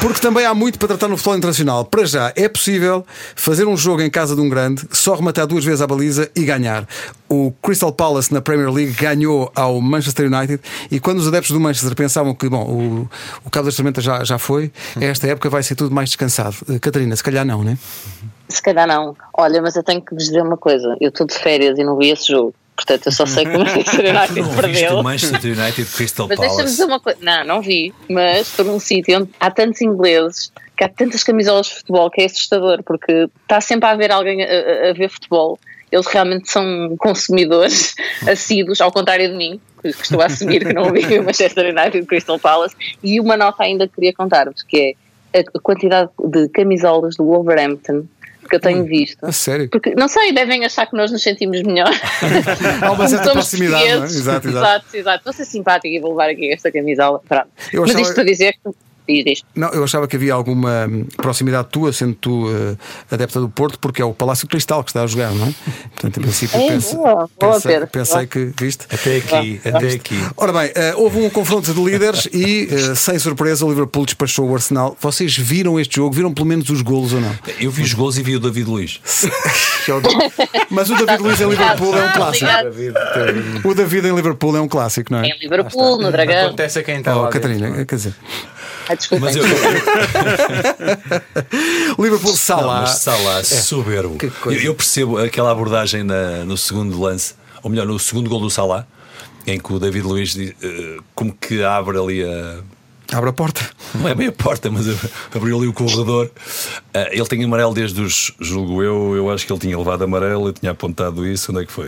Speaker 1: Porque também há muito para tratar no futebol internacional. Para já, é possível fazer um jogo em casa de um grande, só rematar duas vezes à baliza e ganhar. O Crystal Palace na Premier League ganhou ao Manchester United, e quando os adeptos do Manchester pensavam que, bom, o, o Cabo das Tormentas já, já foi, esta época vai ser tudo mais descansado. Catarina, se calhar não, né?
Speaker 2: Se calhar não. Olha, mas eu tenho que vos dizer uma coisa. Eu estou de férias e não vi esse jogo. Portanto, eu só sei que o Manchester United
Speaker 5: Não
Speaker 2: perdeu.
Speaker 5: viste o Manchester United Crystal
Speaker 2: Mas deixa-me
Speaker 5: Palace?
Speaker 2: dizer uma coisa. Não, não vi. Mas estou num sítio onde há tantos ingleses, que há tantas camisolas de futebol, que é assustador, porque está sempre a haver alguém a, a, a ver futebol. Eles realmente são consumidores assíduos, ao contrário de mim, que estou a assumir que não vi o Manchester United Crystal Palace. E uma nota ainda que queria contar-vos, que é a quantidade de camisolas do Wolverhampton que eu tenho
Speaker 1: hum,
Speaker 2: visto.
Speaker 1: A sério?
Speaker 2: Porque, não sei, devem achar que nós nos sentimos melhor.
Speaker 1: Há uma certa
Speaker 2: Somos
Speaker 1: proximidade, não é?
Speaker 2: portugueses.
Speaker 1: Exato, exato.
Speaker 2: exato, exato. Vou ser simpática e vou levar aqui esta camisola. Pronto.
Speaker 1: Eu
Speaker 2: Mas
Speaker 1: achava-
Speaker 2: isto para dizer que. Diz, diz.
Speaker 1: Não, eu achava que havia alguma hum, proximidade tua, sendo tu uh, adepta do Porto, porque é o Palácio Cristal que está a jogar, não é? Portanto, em princípio,
Speaker 2: É,
Speaker 1: pensa-
Speaker 2: boa, boa,
Speaker 1: pensei,
Speaker 2: Pedro.
Speaker 1: pensei que, viste?
Speaker 5: Até aqui, até aqui.
Speaker 1: Ora bem, uh, houve um confronto de líderes e, uh, sem surpresa, o Liverpool despachou o Arsenal. Vocês viram este jogo? Viram pelo menos os golos ou não?
Speaker 5: Eu vi os gols e vi o David Luiz.
Speaker 1: Mas o David Luiz em Liverpool é um clássico.
Speaker 2: Obrigado.
Speaker 4: David, tem-
Speaker 1: O David em Liverpool é um clássico, não é?
Speaker 2: Em Liverpool, no Dragão.
Speaker 4: Acontece a quem está
Speaker 1: Oh,
Speaker 4: lá
Speaker 1: Catarina,
Speaker 4: dentro.
Speaker 1: quer dizer,
Speaker 2: Ah, desculpa.
Speaker 5: Mas eu.
Speaker 1: Liverpool
Speaker 5: Não,
Speaker 1: Salah.
Speaker 5: mas Salah, soberbo.
Speaker 1: Que coisa.
Speaker 5: Eu, eu percebo aquela abordagem na- no segundo lance, ou melhor, no segundo gol do Salah, em que o David Luiz diz, eh, como que abre ali a.
Speaker 1: Abre a porta.
Speaker 5: Não é bem a porta, mas abriu ali o corredor. Eh, ele tem amarelo desde os. Julgo eu, eu acho que ele tinha levado amarelo, eu tinha apontado isso. Onde é que foi?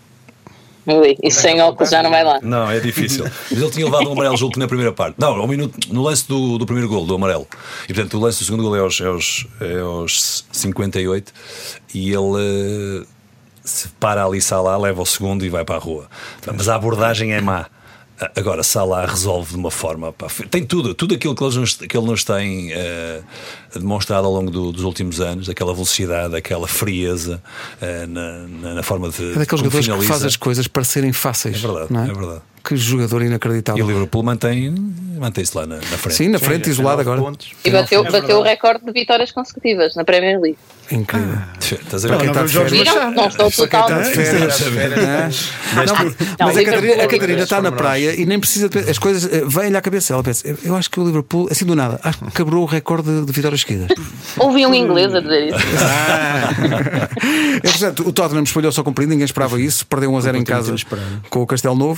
Speaker 2: Ui, isso sem óculos já não vai lá.
Speaker 5: Não, é difícil. Mas ele tinha levado um amarelo, julgo que na primeira parte. Não, ao minuto, no lance do, do primeiro gol, do amarelo. E portanto, o lance do segundo gol é aos, é aos, é aos cinquenta e oito. E ele eh, se para ali, Salah, leva o segundo e vai para a rua. Mas a abordagem é má. Agora, Salah resolve de uma forma. Pá, tem tudo, tudo aquilo que, eles nos, que ele nos tem eh, demonstrado ao longo do, dos últimos anos, aquela velocidade, aquela frieza eh, na, na, na forma de.
Speaker 1: É daqueles
Speaker 5: como
Speaker 1: jogadores que
Speaker 5: finaliza.
Speaker 1: faz as coisas parecerem fáceis.
Speaker 5: É verdade,
Speaker 1: não é?
Speaker 5: é verdade.
Speaker 1: Que jogador inacreditável.
Speaker 5: E o Liverpool mantém, mantém-se lá na, na frente.
Speaker 1: Sim, na frente, isolado agora.
Speaker 4: Pontos.
Speaker 2: E bateu,
Speaker 3: É
Speaker 2: bateu o recorde de vitórias consecutivas na Premier League.
Speaker 1: Incrível.
Speaker 5: Estás a
Speaker 1: Para
Speaker 5: ver?
Speaker 1: quem está de
Speaker 3: Jorge
Speaker 1: férias.
Speaker 2: Viram? Não estou
Speaker 1: Para quem
Speaker 2: total.
Speaker 1: está de férias. Não, Não, mas a
Speaker 2: Liverpool-
Speaker 1: Catarina, a Catarina está na
Speaker 4: Liverpool-
Speaker 1: praia e nem precisa de, as coisas eh, vêm-lhe à cabeça. Ela pensa, eu- eu acho que o Liverpool, assim do nada, acho que quebrou o recorde de, de vitórias seguidas.
Speaker 2: Ouvi um inglês a dizer isso.
Speaker 1: Entretanto, o Tottenham espalhou-se ao comprido, ninguém esperava isso, perdeu um a zero em casa com o Castelo Novo.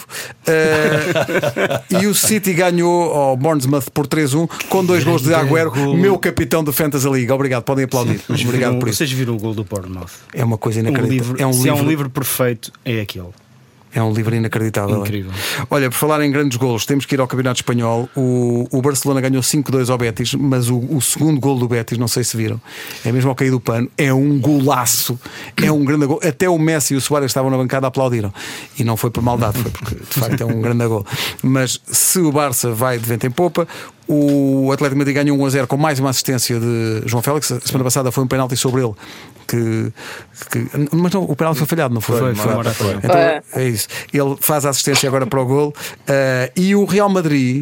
Speaker 1: Uh, e o City ganhou ao Bournemouth por três a um com dois gols de Agüero, meu capitão do Fantasy League. Obrigado, podem aplaudir. Obrigado
Speaker 3: Viram-
Speaker 1: por isso.
Speaker 3: Vocês viram o gol do Bournemouth?
Speaker 1: É uma coisa
Speaker 3: Um
Speaker 1: inacreditável.
Speaker 3: livro,
Speaker 1: É um
Speaker 3: se é um
Speaker 1: livro,
Speaker 3: livro perfeito, é aquele.
Speaker 1: é um livro inacreditável.
Speaker 3: Incrível.
Speaker 1: É. Olha, por falar em grandes golos, temos que ir ao Campeonato Espanhol. O, o Barcelona ganhou cinco a dois ao Betis, mas o, o segundo gol do Betis, não sei se viram, é mesmo ao cair do pano, é um golaço, é um grande gol. Até o Messi e o Suárez estavam na bancada, aplaudiram. E não foi por maldade, foi porque de facto é um grande gol. Mas se o Barça vai de vento em popa, o Atlético de Madrid ganhou um a zero com mais uma assistência de João Félix. A semana passada foi um penalti sobre ele. Que, que- mas não, o penalti foi falhado, não foi?
Speaker 3: Foi, foi, Morata, foi.
Speaker 1: Então, é isso. Ele faz a assistência agora para o gol. Uh, e o Real Madrid,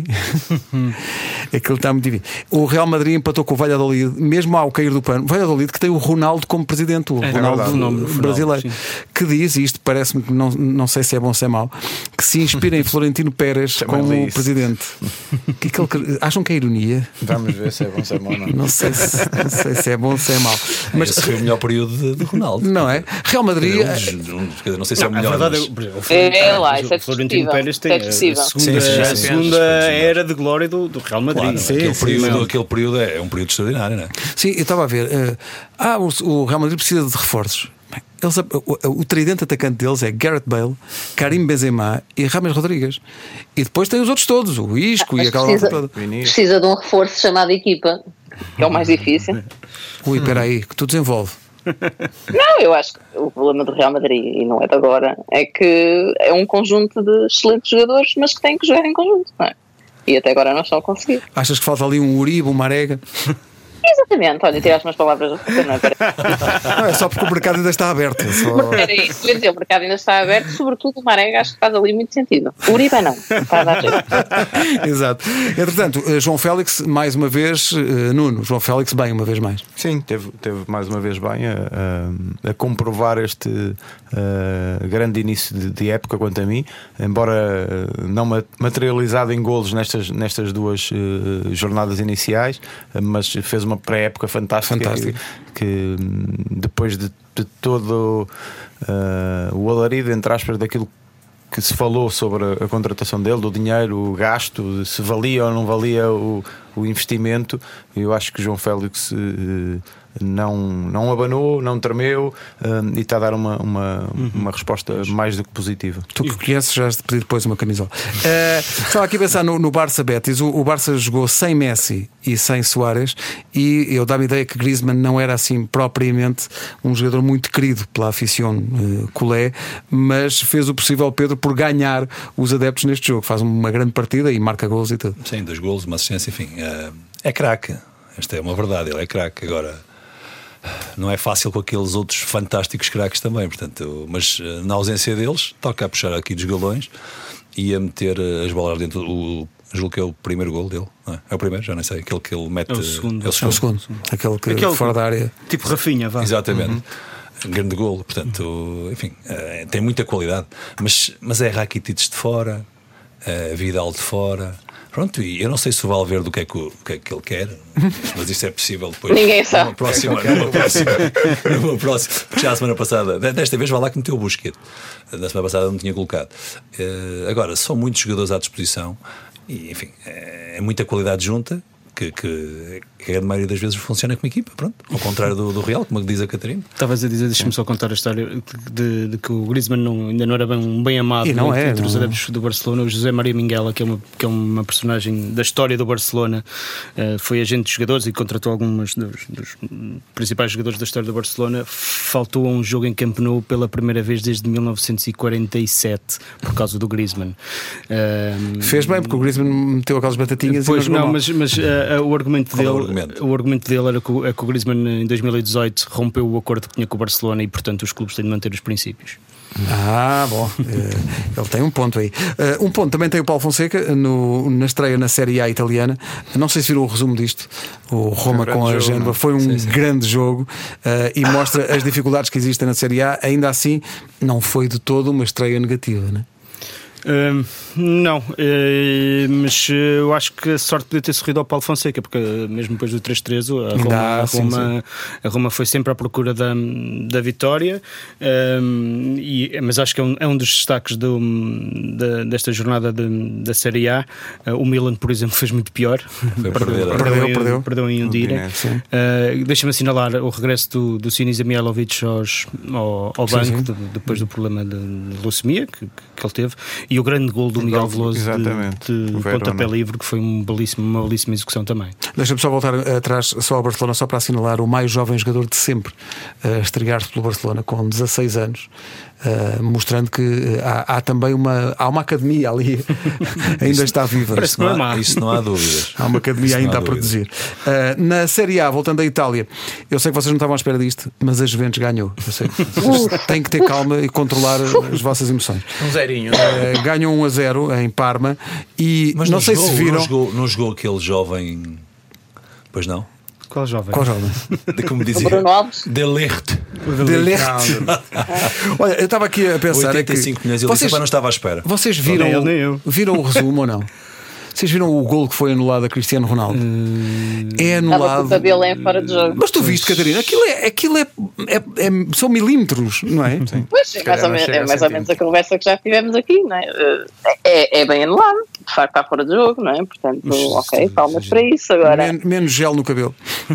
Speaker 1: aquilo está muito difícil. O Real Madrid empatou com o Valladolid, mesmo ao cair do pano. Valladolid, que tem o Ronaldo como presidente, o
Speaker 3: É
Speaker 1: Ronaldo
Speaker 3: verdade, o nome do
Speaker 1: brasileiro,
Speaker 3: Ronaldo,
Speaker 1: que diz, e isto parece-me que não, não sei se é bom ou se é mau, que se inspira em Florentino Pérez
Speaker 4: Também
Speaker 1: como
Speaker 4: li isso.
Speaker 1: presidente. Que que ele- acham que é ironia?
Speaker 4: Vamos ver se é bom, se é mau, não.
Speaker 1: Não sei se, não sei se é bom ou se é mau.
Speaker 5: Mas
Speaker 1: Mas
Speaker 5: esse foi o melhor período de, de Ronaldo.
Speaker 1: não é? Real Madrid.
Speaker 5: Um dos- um dos- quer dizer, não sei se é o
Speaker 3: A
Speaker 5: melhor.
Speaker 3: verdade
Speaker 5: mas-
Speaker 3: é, por exemplo, o
Speaker 2: É, lá, isso é
Speaker 3: o Florentino
Speaker 2: discutível.
Speaker 3: Pérez tem
Speaker 2: É
Speaker 3: a- a
Speaker 2: discutível.
Speaker 3: segunda,
Speaker 5: Sim, sim,
Speaker 3: a
Speaker 5: sim,
Speaker 3: segunda
Speaker 5: sim, sim.
Speaker 3: era de glória do, do Real Madrid.
Speaker 5: Claro,
Speaker 3: não é?
Speaker 5: aquele,
Speaker 3: Sim,
Speaker 5: período,
Speaker 3: não.
Speaker 5: aquele período é, é um período extraordinário, não é?
Speaker 1: Sim, eu estava a ver. eh, ah, o, o Real Madrid precisa de reforços. Bem, eles, o, o tridente atacante deles é Gareth Bale, Karim Benzema e Rames Rodrigues. E depois tem os outros todos, o Isco e
Speaker 2: Mas
Speaker 1: aquela
Speaker 2: precisa,
Speaker 1: malta toda.
Speaker 4: Vinícius.
Speaker 2: precisa de um reforço chamado equipa, que é o mais difícil.
Speaker 1: Ui, espera aí, que tu desenvolve.
Speaker 2: Não, eu acho que o problema do Real Madrid, e não é de agora, é que é um conjunto de excelentes jogadores, mas que têm que jogar em conjunto, não é? E até agora não estão a conseguir.
Speaker 1: Achas que falta ali um Uribe, um Marega?
Speaker 2: Exatamente, olha, tiraste umas palavras da boca, não é?
Speaker 1: Não, é só porque o mercado ainda está aberto. é Só...
Speaker 2: Era isso, quer dizer, o mercado ainda está aberto, sobretudo o Marega, acho que faz ali muito sentido. O Uribe não, está a dar jeito.
Speaker 1: Exato. Entretanto, eh, João Félix, mais uma vez, eh, Nuno, João Félix, bem, uma vez mais.
Speaker 4: Sim, teve, teve mais uma vez bem a, a, a comprovar este uh, grande início de, de época, quanto a mim, embora uh, não materializado em golos nestas, nestas duas uh, jornadas iniciais, uh, mas fez uma pré-época fantástica.
Speaker 1: Fantástico.
Speaker 4: Que, que depois de, de todo uh, o alarido, entre aspas, daquilo que se falou sobre a, a contratação dele, do dinheiro, o gasto, se valia ou não valia o, o investimento, eu acho que João Félix uh, não, não abanou, não tremeu uh, e está a dar uma, uma, uhum. uma resposta mais do que positiva.
Speaker 1: Tu que conheces, já has de pedir depois uma camisola. Uh, estava aqui a pensar no, no Barça Betis. O, o Barça jogou sem Messi e sem Suárez, e eu dá-me a ideia que Griezmann não era assim propriamente um jogador muito querido pela afición uh, culé, mas fez o possível, Pedro, por ganhar os adeptos neste jogo. Faz uma grande partida e marca golos e tudo.
Speaker 5: Sim, dois golos, uma assistência, enfim, uh, é craque. Esta é uma verdade, ele é craque. Agora, não é fácil com aqueles outros fantásticos craques também, portanto, mas na ausência deles, toca a puxar aqui dos galões e a meter as bolas dentro. O, julgo que é o primeiro gol dele, não é? É o primeiro, já nem sei, aquele que ele mete.
Speaker 3: É o segundo,
Speaker 1: é o segundo. É o segundo. Aquele que aquele fora da área,
Speaker 3: tipo Rafinha, vá.
Speaker 5: Exatamente. Uhum. Grande golo, portanto, enfim, tem muita qualidade, mas, mas é Rakitic de fora, Vidal de fora. Pronto, e eu não sei se o Valverde o que é que, o, o que, é que ele quer, mas isso é possível depois.
Speaker 2: Ninguém sabe.
Speaker 5: Numa próxima, numa próxima, numa próxima, porque já a semana passada, desta vez vai lá que meteu o Busquets, na semana passada não tinha colocado. Uh, agora, são muitos jogadores à disposição e, enfim, é muita qualidade junta. Que, que, que a grande maioria das vezes funciona como equipa, pronto, ao contrário do, do Real, como diz a Catarina.
Speaker 3: Estavas a dizer, deixa-me só contar a história de, de que o Griezmann não, ainda não era bem, bem amado
Speaker 1: não
Speaker 3: entre,
Speaker 1: é,
Speaker 3: entre
Speaker 1: não
Speaker 3: os
Speaker 1: é.
Speaker 3: adeptos do Barcelona. O José Maria Minguela, que é uma, que é uma personagem da história do Barcelona, uh, foi agente de jogadores e contratou alguns dos, dos principais jogadores da história do Barcelona. Faltou a um jogo em Camp Nou pela primeira vez desde mil novecentos e quarenta e sete por causa do Griezmann. Uh,
Speaker 1: Fez bem, porque o Griezmann meteu aquelas batatinhas.
Speaker 3: Pois
Speaker 1: e
Speaker 3: não,
Speaker 1: não
Speaker 3: mas, mas uh, o argumento dele
Speaker 5: é o argumento?
Speaker 3: O argumento dele era que o, é que o Griezmann em dois mil e dezoito rompeu o acordo que tinha com o Barcelona e, portanto, os clubes têm de manter os princípios.
Speaker 1: Ah, bom, ele tem um ponto aí. Um ponto também tem o Paulo Fonseca no, na estreia na Série A italiana. Não sei se viram o resumo disto. O Roma
Speaker 4: um
Speaker 1: com a Génova foi um
Speaker 5: sim, sim.
Speaker 1: grande jogo uh, e mostra as dificuldades que existem na Série A. Ainda assim, não foi de todo uma estreia negativa, não é?
Speaker 3: Uh, não, uh, mas uh, eu acho que a sorte podia ter sorrido ao Paulo Fonseca, porque uh, mesmo depois do três três a Roma,
Speaker 1: ah,
Speaker 3: a,
Speaker 1: sim,
Speaker 3: Roma, a Roma foi sempre à procura da, da vitória, uh, e, mas acho que é um, é um dos destaques do, da, desta jornada de, da Série A. Uh, o Milan, por exemplo, fez muito pior,
Speaker 5: Foi
Speaker 3: perdeu,
Speaker 5: perder,
Speaker 1: perdeu,
Speaker 3: em,
Speaker 1: perdeu.
Speaker 3: perdeu em Undine. Uh, Deixa-me assinalar o regresso do, do Sinisa Mihailovic aos, ao, ao
Speaker 1: sim,
Speaker 3: banco,
Speaker 1: sim.
Speaker 3: De, depois do problema de, de leucemia que, que ele teve, e o grande gol do Miguel Veloso de, de pontapé livre, que foi um belíssimo, uma belíssima execução também.
Speaker 1: Deixa-me só voltar atrás só ao Barcelona, só para assinalar o mais jovem jogador de sempre a estrear-se pelo Barcelona, com dezasseis anos, uh, mostrando que há, há também uma, há uma academia ali ainda
Speaker 5: isso,
Speaker 1: está viva.
Speaker 5: Isso não, há, isso não há dúvidas.
Speaker 1: Há uma academia
Speaker 5: isso
Speaker 1: ainda a produzir. Uh, na Série A, voltando à Itália, eu sei que vocês não estavam à espera disto, mas a Juventus ganhou. Eu sei que têm que ter calma e controlar as vossas emoções.
Speaker 4: Um zerinho.
Speaker 1: Uh, ganham um a zero em Parma e
Speaker 5: Mas
Speaker 1: não,
Speaker 5: não
Speaker 1: sei
Speaker 5: jogou,
Speaker 1: se viram.
Speaker 5: Não jogou, não jogou aquele jovem. Pois não?
Speaker 3: Qual jovem?
Speaker 1: Qual jovem?
Speaker 5: De, como
Speaker 2: O
Speaker 5: dizia,
Speaker 2: Bruno Alves.
Speaker 5: De Ligt.
Speaker 1: De Ligt. Olha, eu estava aqui a pensar.
Speaker 5: oitenta e cinco milhões, ele
Speaker 1: vocês,
Speaker 5: disse, não estava à espera.
Speaker 1: Vocês viram,
Speaker 3: Nem eu, nem eu.
Speaker 1: viram o resumo ou não? Vocês viram o golo que foi anulado a Cristiano Ronaldo?
Speaker 3: Hum...
Speaker 1: É
Speaker 2: Estava
Speaker 1: anulado.
Speaker 2: com o cabelo em fora de jogo.
Speaker 1: Mas tu viste, Catarina? Aquilo é, aquilo é, é, é são milímetros, não é? Sim.
Speaker 2: Pois, é mais, ou, menos, é mais ou menos a conversa que já tivemos aqui, não é? É, é bem anulado, de facto está fora de jogo, não é? Portanto, mas, ok, palmas para isso agora.
Speaker 1: Men, menos gel no cabelo.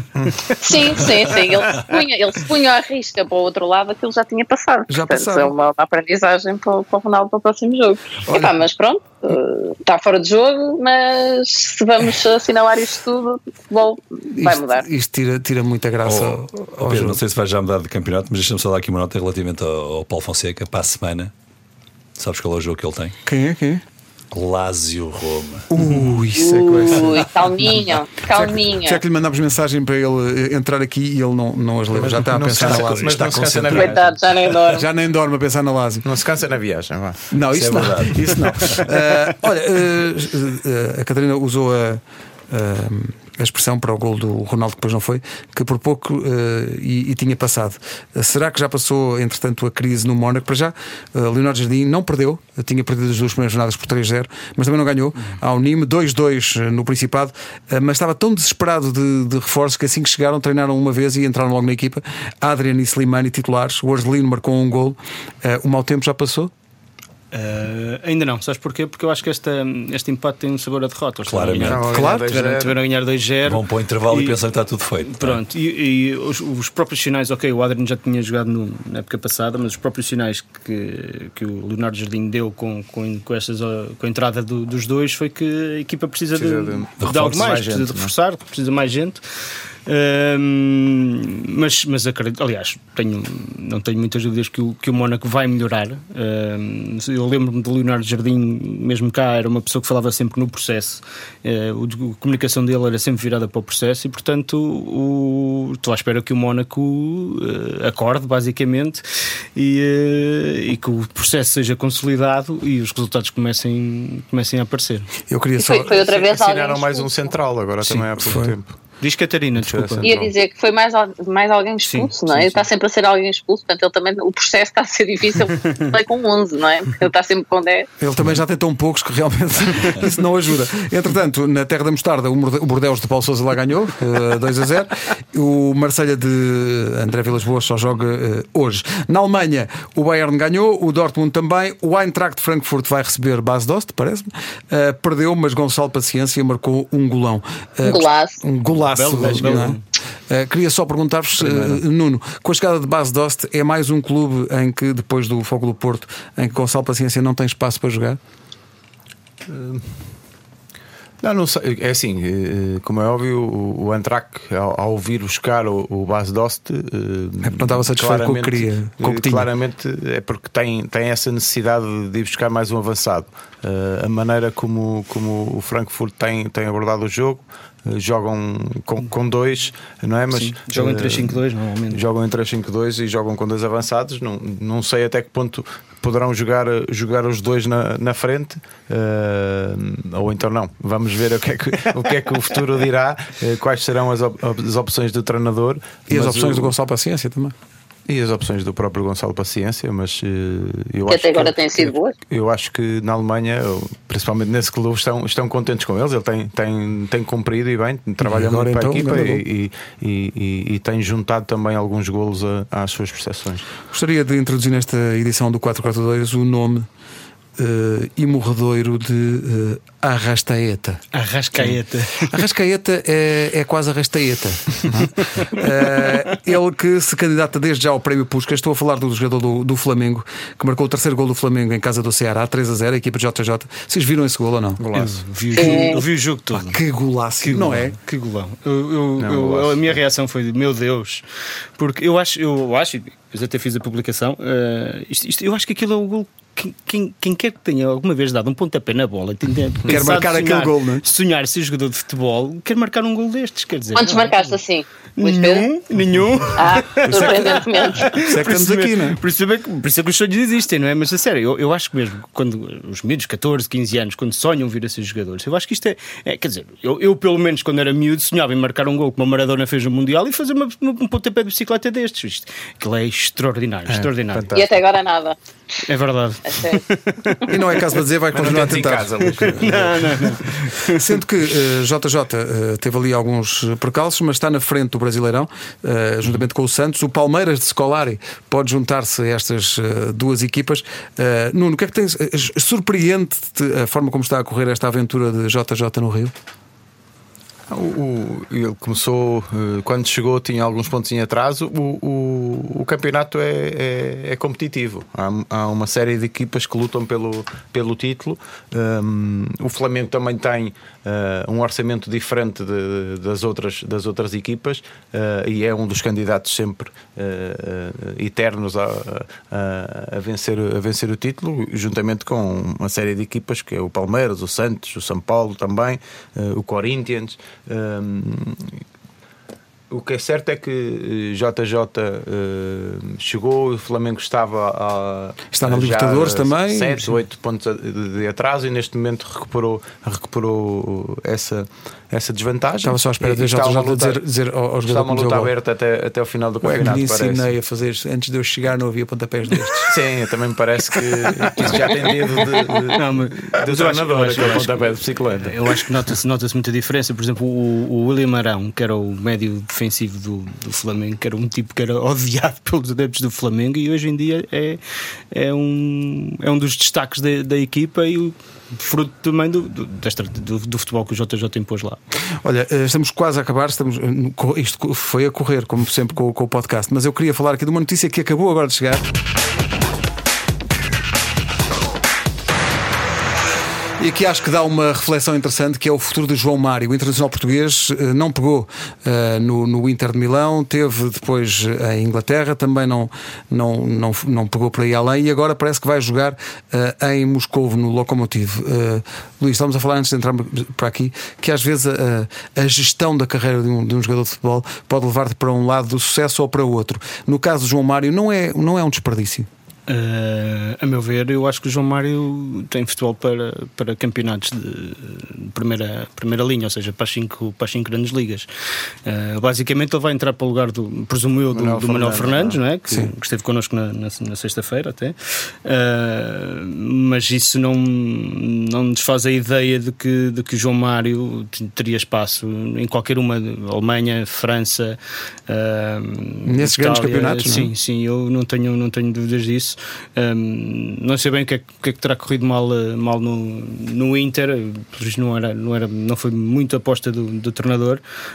Speaker 2: Sim, sim, sim. Ele se punha, ele se punha à risca para o outro lado, aquilo já tinha passado.
Speaker 1: Já
Speaker 2: Portanto,
Speaker 1: passado.
Speaker 2: é uma, uma aprendizagem para, para o Ronaldo para o próximo jogo. Epá, mas pronto, uh, está fora de jogo, mas se vamos assinalar isto tudo, o futebol vai
Speaker 1: Isto,
Speaker 2: mudar.
Speaker 1: isto tira, tira muita graça
Speaker 5: Oh,
Speaker 1: ao,
Speaker 5: oh,
Speaker 1: ao
Speaker 5: Pedro,
Speaker 1: jogo.
Speaker 5: não sei se vai já mudar de campeonato, mas deixa-me só dar aqui uma nota relativamente ao, ao Paulo Fonseca para a semana. Sabes qual é o jogo que ele tem?
Speaker 1: Quem é? Quem é?
Speaker 5: Lazio Roma.
Speaker 1: Ui, isso é que vai ser.
Speaker 2: Ui, calminho, calminho.
Speaker 1: Já que lhe mandámos mensagem para ele entrar aqui e ele não, não as leu. Já está a
Speaker 4: não
Speaker 1: pensar
Speaker 4: se
Speaker 1: na
Speaker 4: cansa-
Speaker 1: Lazio.
Speaker 4: mas
Speaker 5: Está
Speaker 4: não se cansa na
Speaker 5: concentrado.
Speaker 4: viagem.
Speaker 2: Coitado, já nem dorme.
Speaker 1: Já nem dorme a pensar na Lazio.
Speaker 4: Não se cansa na viagem, vá.
Speaker 1: Não, isso,
Speaker 5: Isso é
Speaker 1: não.
Speaker 5: verdade.
Speaker 1: Isso não. Uh, olha, uh, uh, a Catarina usou a, uh, a expressão para o gol do Ronaldo, que depois não foi, que por pouco uh, e, e tinha passado. Uh, será que já passou, entretanto, a crise no Mónaco? Para já, uh, Leonardo Jardim não perdeu, tinha perdido as duas primeiras jornadas por três a zero, mas também não ganhou ao Nîmes, dois a dois no Principado, uh, mas estava tão desesperado de, de reforços que assim que chegaram, treinaram uma vez e entraram logo na equipa. Adrian e Slimani titulares, o Argelino marcou um gol. Uh, o mau tempo já passou?
Speaker 3: Uh, ainda não, sabes porquê? Porque eu acho que esta, este empate tem um sabor a derrota. Eles
Speaker 5: Claramente.
Speaker 3: tiveram a ganhar-
Speaker 1: Claro,
Speaker 3: tiveram, tiveram a ganhar dois a zero.
Speaker 5: Vão para o intervalo e,
Speaker 3: E-
Speaker 5: pensam que está tudo feito.
Speaker 3: Pronto, e, e os, os próprios sinais, ok, o Adriano já tinha jogado no, na época passada, mas os próprios sinais que, que o Leonardo Jardim deu com, com, com, estas, com a entrada do- dos dois foi que a equipa precisa,
Speaker 4: Precisa
Speaker 3: de,
Speaker 4: de-
Speaker 3: de,
Speaker 4: de
Speaker 3: algo
Speaker 4: reforço,
Speaker 3: mais,
Speaker 4: mais
Speaker 3: precisa
Speaker 4: gente,
Speaker 3: de
Speaker 4: não é?
Speaker 3: reforçar, precisa de mais gente. Ahm, mas, mas acredito, aliás, tenho, não tenho muitas dúvidas que o, que o Mónaco vai melhorar. Ahm, eu lembro-me de Leonardo Jardim, mesmo cá, era uma pessoa que falava sempre no processo. Eh, o- a comunicação dele era sempre virada para o processo e, portanto, o, estou à espera que o Mónaco eh, acorde, basicamente, e, eh, e que o processo seja consolidado e os resultados comecem, comecem a aparecer.
Speaker 1: Eu queria
Speaker 2: E
Speaker 1: só.
Speaker 2: foi, foi outra vez alguém
Speaker 4: Assinaram mais um
Speaker 2: expulso.
Speaker 4: central agora
Speaker 1: Sim,
Speaker 4: também há pouco
Speaker 1: foi.
Speaker 4: tempo.
Speaker 3: Diz Catarina, desculpa.
Speaker 4: Sim,
Speaker 2: Ia dizer que foi mais, al- mais alguém
Speaker 3: Sim,
Speaker 2: expulso, não é?
Speaker 3: sim,
Speaker 2: Ele
Speaker 3: sim.
Speaker 2: está sempre a ser alguém expulso, portanto ele também, o processo está a ser difícil ele com onze, não é? Porque ele está sempre com dez.
Speaker 1: Ele também já tentou um poucos que realmente isso não ajuda. Entretanto, na Terra da Mostarda, o Morde- o Bordeaux de Paulo Sousa lá ganhou eh, dois a zero. O Marselha de André Vilas Boas só joga eh, hoje. Na Alemanha, o Bayern ganhou, o Dortmund também. O Eintracht de Frankfurt vai receber Bas Dost, parece-me. Eh, perdeu, mas Gonçalo Paciência marcou um golão. Eh,
Speaker 2: Um golaço.
Speaker 1: Um golaço.
Speaker 3: Belo, belo,
Speaker 1: não é?
Speaker 3: belo.
Speaker 1: Uh, queria só perguntar-vos, uh, Nuno, com a chegada de Bas Dost, é mais um clube em que, depois do Fogo do Porto, em que Gonçalo Paciência não tem espaço para jogar?
Speaker 4: Não, não sei. É assim, eh, como é óbvio, o, o Eintracht, ao, ao vir buscar o, o Bas Dost, eh,
Speaker 1: É porque não estava satisfeito com o que queria, com o que
Speaker 4: eh,
Speaker 1: tinha.
Speaker 4: claramente é porque tem, tem essa necessidade de ir buscar mais um avançado. Eh, a maneira como, como o Frankfurt tem, tem abordado o jogo, eh, jogam com, com dois, não é? Mas
Speaker 3: Sim, jogam em
Speaker 4: eh,
Speaker 3: três cinco dois, normalmente.
Speaker 4: Jogam em três cinco dois e jogam com dois avançados. Não, não sei até que ponto poderão jogar, jogar os dois na, na frente, eh, ou então não. Vamos ver o que é que o, que é que o futuro dirá, eh, quais serão as, op- as opções do treinador
Speaker 1: E as
Speaker 4: mas
Speaker 1: opções
Speaker 4: o-
Speaker 1: do Gonçalo Paciência também?
Speaker 4: E as opções do próprio Gonçalo Paciência, mas eh, eu
Speaker 2: Que
Speaker 4: acho
Speaker 2: até agora
Speaker 4: que,
Speaker 2: têm sido boas.
Speaker 4: Eu acho que na Alemanha, principalmente nesse clube, estão, estão contentes com eles. Ele tem, tem, tem cumprido e bem, trabalha
Speaker 1: agora
Speaker 4: muito para
Speaker 1: então,
Speaker 4: a equipa
Speaker 1: grande
Speaker 4: e, e, e, e tem juntado também alguns golos a- às suas prestações.
Speaker 1: Gostaria de introduzir nesta edição do quatro quatro dois o nome uh, imorredoiro de uh, Arrastaeta.
Speaker 3: Arrascaeta.
Speaker 1: Arrascaeta é, é quase Arrastaeta. não é? Uh, ele que se candidata desde já ao Prémio Puskas. Estou a falar do jogador do, do Flamengo, que marcou o terceiro gol do Flamengo em casa do Ceará, três a zero, a equipa de J J. Vocês viram esse gol ou não?
Speaker 3: Eu vi, o jogo, eu vi o jogo todo.
Speaker 1: Que golaço,
Speaker 3: Que
Speaker 1: não
Speaker 3: golão,
Speaker 1: é?
Speaker 3: Que golão. Eu, eu-
Speaker 4: Não,
Speaker 3: eu-
Speaker 4: golaço.
Speaker 3: a minha reação foi de meu Deus, porque eu acho, eu acho, eu até fiz a publicação. eh, isto- isto- eu acho que aquilo é o gol. Quem, quem, quem quer que tenha alguma vez dado um pontapé na bola, tem- tem pensado
Speaker 1: marcar
Speaker 3: sonhar-
Speaker 1: aquele gol, não é?
Speaker 3: sonhar ser jogador de futebol, quer marcar um gol destes, quer dizer.
Speaker 2: Quantos
Speaker 3: não é?
Speaker 2: marcaste assim? Luís Pedro?
Speaker 3: Nenhum, nenhum.
Speaker 2: Ah, surpreendentemente.
Speaker 1: Isso é que estamos aqui, não é?
Speaker 3: Por isso, é que, por isso é que os sonhos existem, não é? Mas a sério, eu, eu acho que mesmo quando os miúdos, catorze, quinze anos, quando sonham vir a ser jogadores, eu acho que isto é. é quer dizer, eu, eu pelo menos quando era miúdo sonhava em marcar um gol como a Maradona fez no Mundial e fazer uma, uma, um pontapé de bicicleta destes. Isto, aquilo é extraordinário, extraordinário.
Speaker 2: E até agora nada.
Speaker 3: É verdade.
Speaker 2: A sério.
Speaker 1: E não é caso para dizer, vai
Speaker 4: Mas não
Speaker 1: continuar a
Speaker 4: tens em
Speaker 1: tentar.
Speaker 4: casa, Luís.
Speaker 3: Não, não, não.
Speaker 1: Sendo que uh, J J uh, teve ali alguns percalços, mas está na frente do Brasileirão, uh, juntamente com o Santos. O Palmeiras de Scolari pode juntar-se a estas uh, duas equipas. Uh, Nuno, o que é que tens? Uh, surpreende-te a forma como está a correr esta aventura de J J no Rio?
Speaker 4: O, o, ele começou, quando chegou, tinha alguns pontos em atraso. O, o, o campeonato é, é, é competitivo. Há, há uma série de equipas que lutam pelo, pelo título. Um, o Flamengo também tem uh, um orçamento diferente de, de, das, outras, das outras equipas uh, e é um dos candidatos sempre uh, uh, eternos a, a, a, vencer, a vencer o título, juntamente com uma série de equipas que é o Palmeiras, o Santos, o São Paulo também, uh, o Corinthians. Um, o que é certo é que J J uh, chegou, o Flamengo estava a,
Speaker 1: está na Libertadores também,
Speaker 4: sete, oito pontos de, de atraso, e neste momento recuperou, recuperou essa, essa desvantagem.
Speaker 1: Estava só à espera de J J dizer, dizer aos jogadores.
Speaker 4: Está uma luta aberta até, até o final do campeonato.
Speaker 1: É que me ensinei a fazer, antes de eu chegar não havia pontapés destes.
Speaker 4: Sim, também me parece que, que isso já tem dedo de, de,
Speaker 3: não, mas,
Speaker 4: de treinador, que é pontapé de bicicleta.
Speaker 3: Eu acho que nota-se, nota-se muita diferença. Por exemplo, o, o William Arão, que era o médio defensivo do, do Flamengo, que era um tipo que era odiado pelos adeptos do Flamengo, e hoje em dia é, é, um, é um dos destaques da, da equipa e o fruto também do, do, desta, do, do futebol que o J J impôs lá.
Speaker 1: Olha, estamos quase a acabar, estamos, isto foi a correr, como sempre, com, com o podcast, mas eu queria falar aqui de uma notícia que acabou agora de chegar. E que acho que dá uma reflexão interessante, que é o futuro de João Mário. O internacional português não pegou uh, no, no Inter de Milão, teve depois em Inglaterra, também não, não, não, não pegou por aí além, e agora parece que vai jogar uh, em Moscovo, no Lokomotiv. Uh, Luís, estamos a falar antes de entrar para aqui, que às vezes a, a gestão da carreira de um, de um jogador de futebol pode levar-te para um lado do sucesso ou para o outro. No caso de João Mário, não é, não é um desperdício.
Speaker 3: Uh, a meu ver, eu acho que o João Mário tem futebol para, para campeonatos de primeira, primeira linha, ou seja, para as cinco, para as cinco grandes ligas. Uh, basicamente, ele vai entrar para o lugar do, presumo eu, do Manuel, do Manuel Fernandes, não é? Que, que esteve connosco na, na, na sexta-feira até. Uh, mas isso não, não nos faz a ideia de que, de que o João Mário teria espaço em qualquer uma, Alemanha, França, uh,
Speaker 1: nesses Itália, grandes campeonatos.
Speaker 3: Sim,
Speaker 1: não?
Speaker 3: sim, eu não tenho, não tenho dúvidas disso. Um, não sei bem o que, é, o que é que terá corrido mal, mal no, no Inter, por isso não, era, não, era, não foi muito aposta do, do treinador,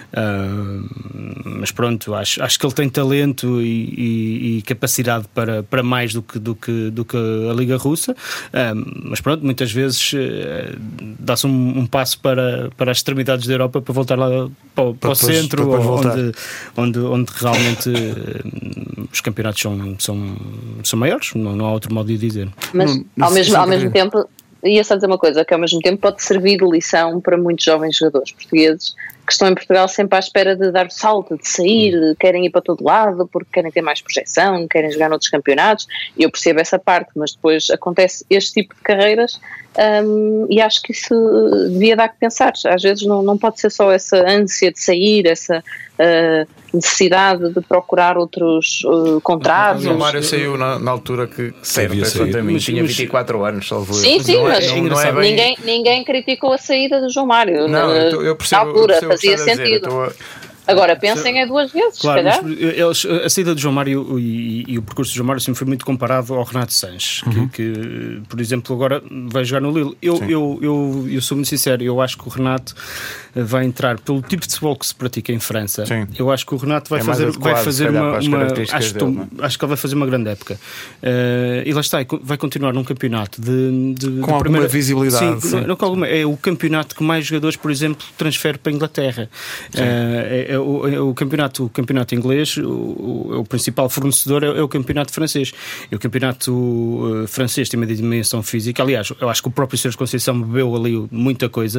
Speaker 3: uh, mas pronto, acho, acho que ele tem talento e, e, e capacidade para, para mais do que, do, que, do que a Liga Russa, uh, mas pronto, muitas vezes uh, dá-se um, um passo para, para as extremidades da Europa para voltar lá para, para, para o depois, centro, para onde, onde, onde realmente uh, os campeonatos são, são, são maiores. Não, não há outro modo de dizer.
Speaker 2: Mas
Speaker 1: não, não
Speaker 2: ao, mesmo, ao mesmo tempo, ia só dizer uma coisa, que ao mesmo tempo pode servir de lição para muitos jovens jogadores portugueses que estão em Portugal sempre à espera de dar o salto, de sair, hum. querem ir para todo lado porque querem ter mais projeção, querem jogar noutros campeonatos, e eu percebo essa parte, mas depois acontece este tipo de carreiras. Um, e acho que isso devia dar que pensar. Às vezes não, não pode ser só essa ânsia de sair, essa uh, necessidade de procurar outros uh, contratos.
Speaker 4: O Mário saiu na, na altura que serve, a mim, tinha vinte e quatro anos, salvo eu.
Speaker 2: Sim, sim, mas
Speaker 4: não, não é bem...
Speaker 2: ninguém, ninguém criticou a saída do João Mário.
Speaker 4: Não,
Speaker 2: na,
Speaker 4: eu, eu percebo,
Speaker 2: na altura,
Speaker 4: eu percebo
Speaker 2: fazia sentido. Agora pensem é duas vezes,
Speaker 3: claro,
Speaker 2: se calhar.
Speaker 3: Mas eles, a saída do João Mário e, e, e o percurso do João Mário sempre foi muito comparado ao Renato Sanches, uhum. que, que, por exemplo, agora vai jogar no Lille. Eu, eu, eu, eu sou muito sincero, eu acho que o Renato vai entrar pelo tipo de futebol que se pratica em França. Sim. Eu acho que o Renato vai é fazer, adequado, vai fazer uma, uma acho, dele, tom, acho que ele vai fazer uma grande época. Uh, e lá está, vai continuar num campeonato de, de,
Speaker 1: com
Speaker 3: de
Speaker 1: alguma
Speaker 3: primeira
Speaker 1: visibilidade.
Speaker 3: Sim, sim. Não, não, com alguma, é o campeonato que mais jogadores, por exemplo, transfere para a Inglaterra. Uh, é, é, o, é o campeonato O campeonato inglês, o, o, o principal fornecedor é, é o campeonato francês. E o campeonato uh, francês tem uma dimensão física. Aliás, eu acho que o próprio Sérgio Conceição bebeu ali muita coisa.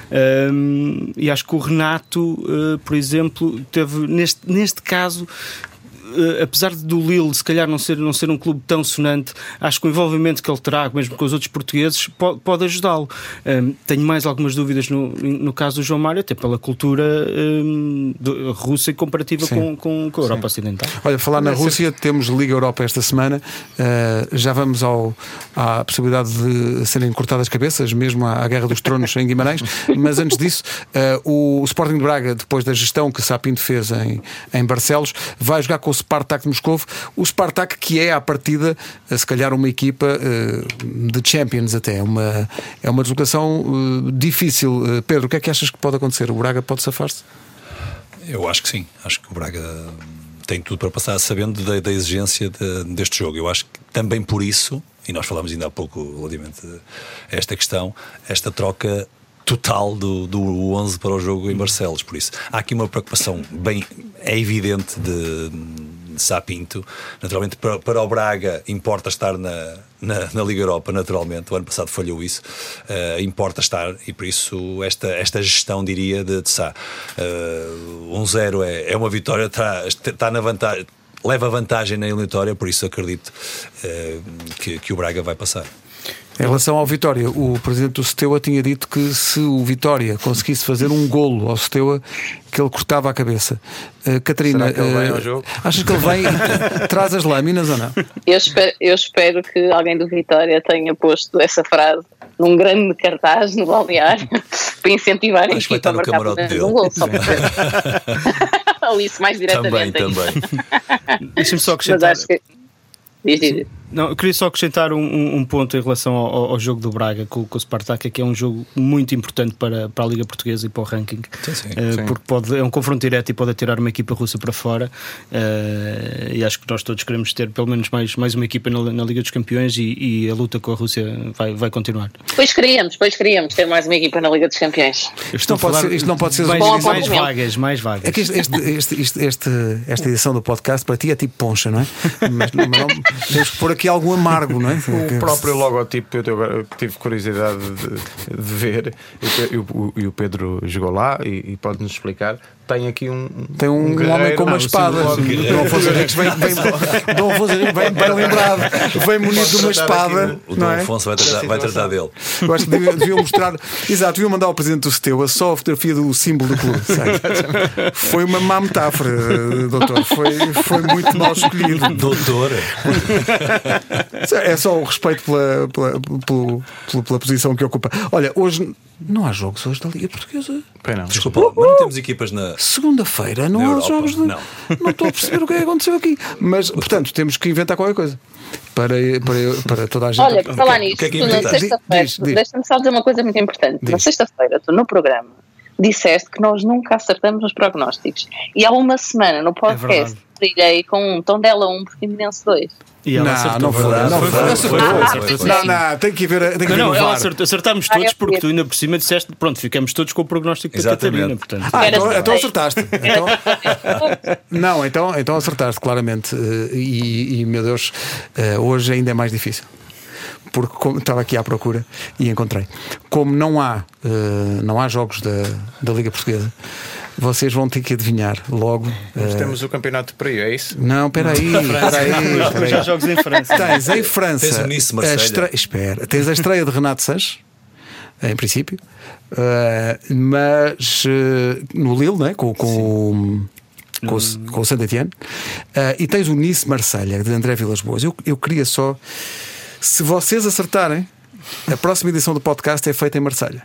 Speaker 3: Um, e acho que o Renato, uh, por exemplo, teve neste, neste caso. Uh, apesar do Lille se calhar não ser, não ser um clube tão sonante, acho que o envolvimento que ele terá, mesmo com os outros portugueses, pode, pode ajudá-lo. Um, tenho mais algumas dúvidas no, no caso do João Mário, até pela cultura um, do, russa e comparativa com, com, com a Europa Sim. Ocidental.
Speaker 1: Olha, falar na Rússia, temos Liga Europa esta semana, uh, já vamos ao, à possibilidade de serem cortadas cabeças, mesmo à, à Guerra dos Tronos em Guimarães, mas antes disso, uh, o Sporting de Braga, depois da gestão que Sapinto fez em, em Barcelos, vai jogar com o Spartak de Moscovo. O Spartak que é à partida se calhar uma equipa uh, de Champions até. Uma, é uma deslocação uh, difícil. Uh, Pedro, o que é que achas que pode acontecer? O Braga pode safar-se?
Speaker 5: Eu acho que sim. Acho que o Braga tem tudo para passar, sabendo da, da exigência de, deste jogo. Eu acho que também por isso, e nós falámos ainda há pouco relativamente a esta questão, esta troca total do, do onze para o jogo em Barcelos. Por isso, há aqui uma preocupação bem é evidente de, de Sapinto. Naturalmente, para, para o Braga importa estar na, na, na Liga Europa, naturalmente. O ano passado falhou isso. Uh, importa estar, e por isso esta, esta gestão, diria, de, de Sá. Uh, um zero é, é uma vitória, está, está na vantagem, leva vantagem na eliminatória, por isso acredito uh, que, que o Braga vai passar.
Speaker 1: Em relação ao Vitória, o presidente do Steaua tinha dito que se o Vitória conseguisse fazer um golo ao Steaua, que ele cortava a cabeça. Uh, Catarina,
Speaker 4: será que ele vem
Speaker 1: uh,
Speaker 4: ao jogo?
Speaker 1: Achas que ele vem e traz as lâminas ou não?
Speaker 2: Eu espero, eu espero que alguém do Vitória tenha posto essa frase num grande cartaz no balneário para incentivar a
Speaker 5: Acho que vai
Speaker 2: equipa
Speaker 5: estar
Speaker 2: a
Speaker 5: no
Speaker 2: marcar
Speaker 5: camarote
Speaker 2: pelo menos
Speaker 5: dele.
Speaker 2: um gol, só para ver. Ou isso mais
Speaker 5: Também,
Speaker 2: diretamente.
Speaker 5: também.
Speaker 3: Deixa-me só
Speaker 2: Mas
Speaker 3: acrescentar.
Speaker 2: acho que... Diz, diz, diz.
Speaker 3: Não, eu queria só acrescentar um, um, um ponto em relação ao, ao jogo do Braga com, com o Spartak, que é um jogo muito importante para, para a Liga Portuguesa e para o ranking.
Speaker 5: Sim, sim,
Speaker 3: uh,
Speaker 4: sim.
Speaker 3: Porque pode, é um confronto direto e pode atirar uma equipa russa para fora. Uh, e acho que nós todos queremos ter pelo menos mais, mais uma equipa na, na Liga dos Campeões, e, e a luta com a Rússia vai, vai continuar.
Speaker 2: Pois queríamos, pois queríamos ter mais uma equipa na Liga dos Campeões.
Speaker 1: Isto não, pode ser, isto não pode ser
Speaker 3: mais,
Speaker 2: Bom
Speaker 3: mais
Speaker 2: apontamento.
Speaker 3: vagas, mais vagas.
Speaker 1: É que este, este, este, este, este, esta edição do podcast para ti é tipo poncha, não é? Mas, mas não, temos que pôr aqui algum amargo, não é?
Speaker 4: O próprio logotipo eu agora tive curiosidade de, de ver, e o, o, o Pedro jogou lá e, e pode-nos explicar. Tem aqui um,
Speaker 1: Tem um, um homem com uma
Speaker 4: não,
Speaker 1: espada.
Speaker 4: sim,
Speaker 1: Dom Afonso Henriques vem, vem, Dom Afonso Henriques vem bem lembrado, vem munido de uma espada.
Speaker 5: O
Speaker 1: Não
Speaker 5: Dom
Speaker 1: é?
Speaker 5: Afonso vai tratar, vai tratar dele.
Speaker 1: Eu acho que deviam, deviam mostrar. Exato, deviam mandar ao presidente do Steaua só a fotografia do símbolo do clube. Sabe? Foi uma má metáfora, doutor. Foi, foi muito mal escolhido.
Speaker 5: Doutor.
Speaker 1: É só o respeito pela, pela, pela, pela, pela posição que ocupa. Olha, hoje não há jogos hoje da Liga Portuguesa.
Speaker 4: Bem, não.
Speaker 5: Desculpa, lá, mas não temos equipas na.
Speaker 1: Segunda-feira não
Speaker 5: Na
Speaker 1: há
Speaker 5: Europa,
Speaker 1: jogos de...
Speaker 5: não.
Speaker 1: não estou a perceber o que é que aconteceu aqui. Mas, portanto, temos que inventar qualquer coisa para, para, para toda a gente.
Speaker 2: Olha, por falar nisso,
Speaker 5: que é que
Speaker 2: tu na
Speaker 5: inventaste?
Speaker 2: sexta-feira,
Speaker 1: Diz, diz.
Speaker 2: deixa-me só dizer uma coisa muito importante. Na
Speaker 1: Diz.
Speaker 2: sexta-feira, tu no programa disseste que nós nunca acertamos nos prognósticos. E há uma semana no podcast
Speaker 3: verdade.
Speaker 2: brilhei com um Tondela um por Fluminense dois.
Speaker 3: E ela
Speaker 1: Não,
Speaker 3: acertou,
Speaker 1: não foi,
Speaker 3: verdade.
Speaker 1: não
Speaker 3: Foi,
Speaker 1: foi,
Speaker 3: foi,
Speaker 1: acertou.
Speaker 3: foi, foi,
Speaker 2: acertou.
Speaker 3: acertou.
Speaker 1: Não, não, tem que ir ver, tem que
Speaker 3: Não,
Speaker 1: ver
Speaker 3: não,
Speaker 1: o
Speaker 3: ela
Speaker 1: VAR.
Speaker 3: acertou, acertámos
Speaker 2: Ah,
Speaker 3: todos
Speaker 2: eu
Speaker 3: porque
Speaker 2: fui.
Speaker 3: tu ainda por cima disseste, pronto, ficamos todos com o prognóstico da
Speaker 5: Exatamente.
Speaker 3: Catarina. Portanto,
Speaker 1: Ah,
Speaker 2: Era
Speaker 1: então,
Speaker 2: acertei.
Speaker 1: então acertaste. Então, não, então, então acertaste, claramente. Eh, E, e, meu Deus, eh, hoje ainda é mais difícil. Porque como, estava aqui à procura e encontrei. Como não há, eh, não há jogos da, da Liga Portuguesa, vocês vão ter que adivinhar logo.
Speaker 4: Nós
Speaker 1: eh,
Speaker 4: temos o campeonato para aí, é isso?
Speaker 1: Não, espera aí, espera aí, espera
Speaker 3: Hoje há
Speaker 1: aí.
Speaker 3: jogos em França.
Speaker 1: Tens em França
Speaker 5: Tens o Nice
Speaker 1: a
Speaker 5: Marselha.
Speaker 1: estre... Espera, tens a estreia de Renato Sanches, em princípio, eh, mas eh, no Lille, né? com, com, com, o, com o Saint-Étienne, eh, e tens o Nice Marselha de André Vilas-Boas. Eu, eu queria só, se vocês acertarem, a próxima edição do podcast é feita em Marselha.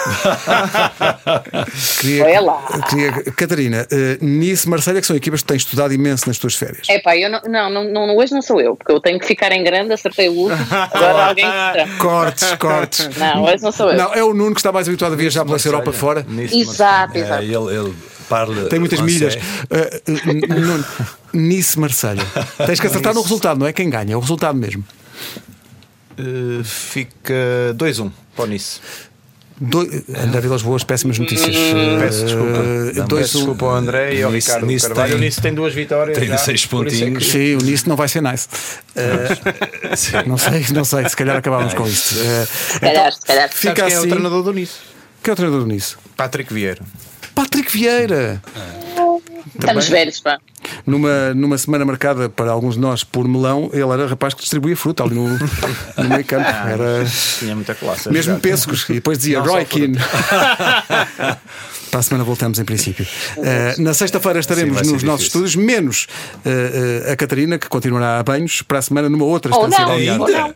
Speaker 1: queria,
Speaker 2: Olha lá.
Speaker 1: queria, Catarina, uh, Nice, Marselha, que são equipas que tens estudado imenso nas tuas férias.
Speaker 2: É pá, eu não, não, não, não, hoje não sou eu, porque eu tenho que ficar em grande, acertei o último, agora alguém que
Speaker 1: Cortes, cortes.
Speaker 2: Não, hoje não sou eu.
Speaker 1: Não, é o Nuno que está mais habituado a viajar pela Europa fora.
Speaker 4: Nice,
Speaker 2: Exato,
Speaker 5: É,
Speaker 2: exato.
Speaker 5: ele, ele parla
Speaker 1: Tem muitas
Speaker 5: francês.
Speaker 1: milhas. Uh, uh, Nuno, Nice, Marselha. Tens que acertar no resultado, não é quem ganha, é o resultado mesmo.
Speaker 4: Uh, fica dois a um para o Nice.
Speaker 1: Do... André Vilas-Boas, péssimas notícias.
Speaker 4: Peço desculpa.
Speaker 1: Uh,
Speaker 4: Não,
Speaker 1: dois,
Speaker 4: peço desculpa ao André e ao
Speaker 5: Nice-
Speaker 4: Ricardo
Speaker 5: Nice
Speaker 4: Carvalho.
Speaker 5: tem-
Speaker 4: O Nice tem duas vitórias.
Speaker 5: tem
Speaker 4: já,
Speaker 5: seis
Speaker 4: por isso é que-
Speaker 5: pontinhos.
Speaker 1: Sim, o Nice não vai ser nice. Uh, não sei, não sei, se calhar acabávamos com isto. Uh,
Speaker 2: Se calhar, se calhar.
Speaker 4: Sabes
Speaker 1: fica
Speaker 4: quem é
Speaker 1: assim.
Speaker 4: o treinador do Nice?
Speaker 1: Quem é o treinador do Nice?
Speaker 4: Patrick Vieira.
Speaker 1: Patrick Vieira.
Speaker 2: Estamos velhos, pá.
Speaker 1: Numa, numa semana marcada para alguns de nós por melão, ele era rapaz que distribuía fruta ali no, no meio campo. Era
Speaker 4: Tinha muita classe. a
Speaker 1: mesmo
Speaker 4: jogar.
Speaker 1: pêssegos. E depois dizia
Speaker 4: Não só
Speaker 1: Roy Keane. Para a semana voltamos em princípio. Uh, na sexta-feira estaremos
Speaker 5: Sim, vai ser
Speaker 1: nos nossos
Speaker 5: difícil.
Speaker 1: estúdios, menos uh, uh, a Catarina, que continuará a banhos, para a semana numa outra
Speaker 2: Ou
Speaker 1: estância
Speaker 2: não,
Speaker 1: balnear.
Speaker 2: ou não.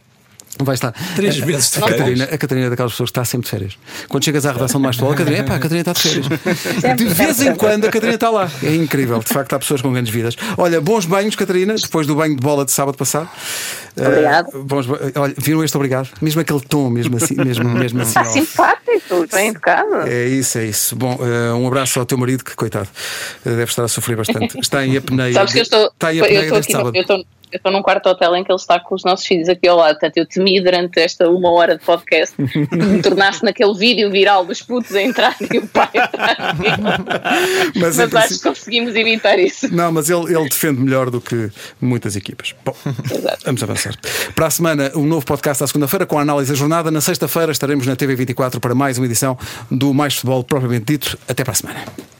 Speaker 1: Vai estar.
Speaker 5: Três meses de
Speaker 1: a, a,
Speaker 5: férias.
Speaker 1: Catarina, a Catarina é daquelas pessoas que está sempre de férias. Quando chegas à redação de Mais Futebol, a Catarina, epá, a Catarina está de férias. De vez em quando a Catarina está lá. É incrível, de facto, há pessoas com grandes vidas. Olha, bons banhos, Catarina, depois do banho de bola de sábado passado.
Speaker 2: Obrigado.
Speaker 1: Uh, bons, olha, viram este obrigado? Mesmo aquele tom, mesmo assim. Mesmo, mesmo assim
Speaker 2: Está simpático, bem educado.
Speaker 1: É isso, é isso. Bom, uh, um abraço ao teu marido, que coitado, uh, deve estar a sofrer bastante. Está em apneia.
Speaker 2: Sabes que eu estou,
Speaker 1: está em
Speaker 2: eu
Speaker 1: apneia
Speaker 2: estou
Speaker 1: deste
Speaker 2: aqui no,
Speaker 1: sábado.
Speaker 2: eu estou, eu estou num quarto hotel em que ele está com os nossos filhos aqui ao lado. Portanto, eu temi durante esta uma hora de podcast que me tornasse naquele vídeo viral dos putos a entrar e o pai atrás. Mas, mas acho que conseguimos evitar isso.
Speaker 1: Não, mas ele, ele defende melhor do que muitas equipas. Bom,
Speaker 2: exato.
Speaker 1: Vamos avançar. Para a semana, um novo podcast à segunda-feira com a análise da jornada. Na sexta-feira estaremos na T V vinte e quatro para mais uma edição do Mais Futebol propriamente dito. Até para a semana.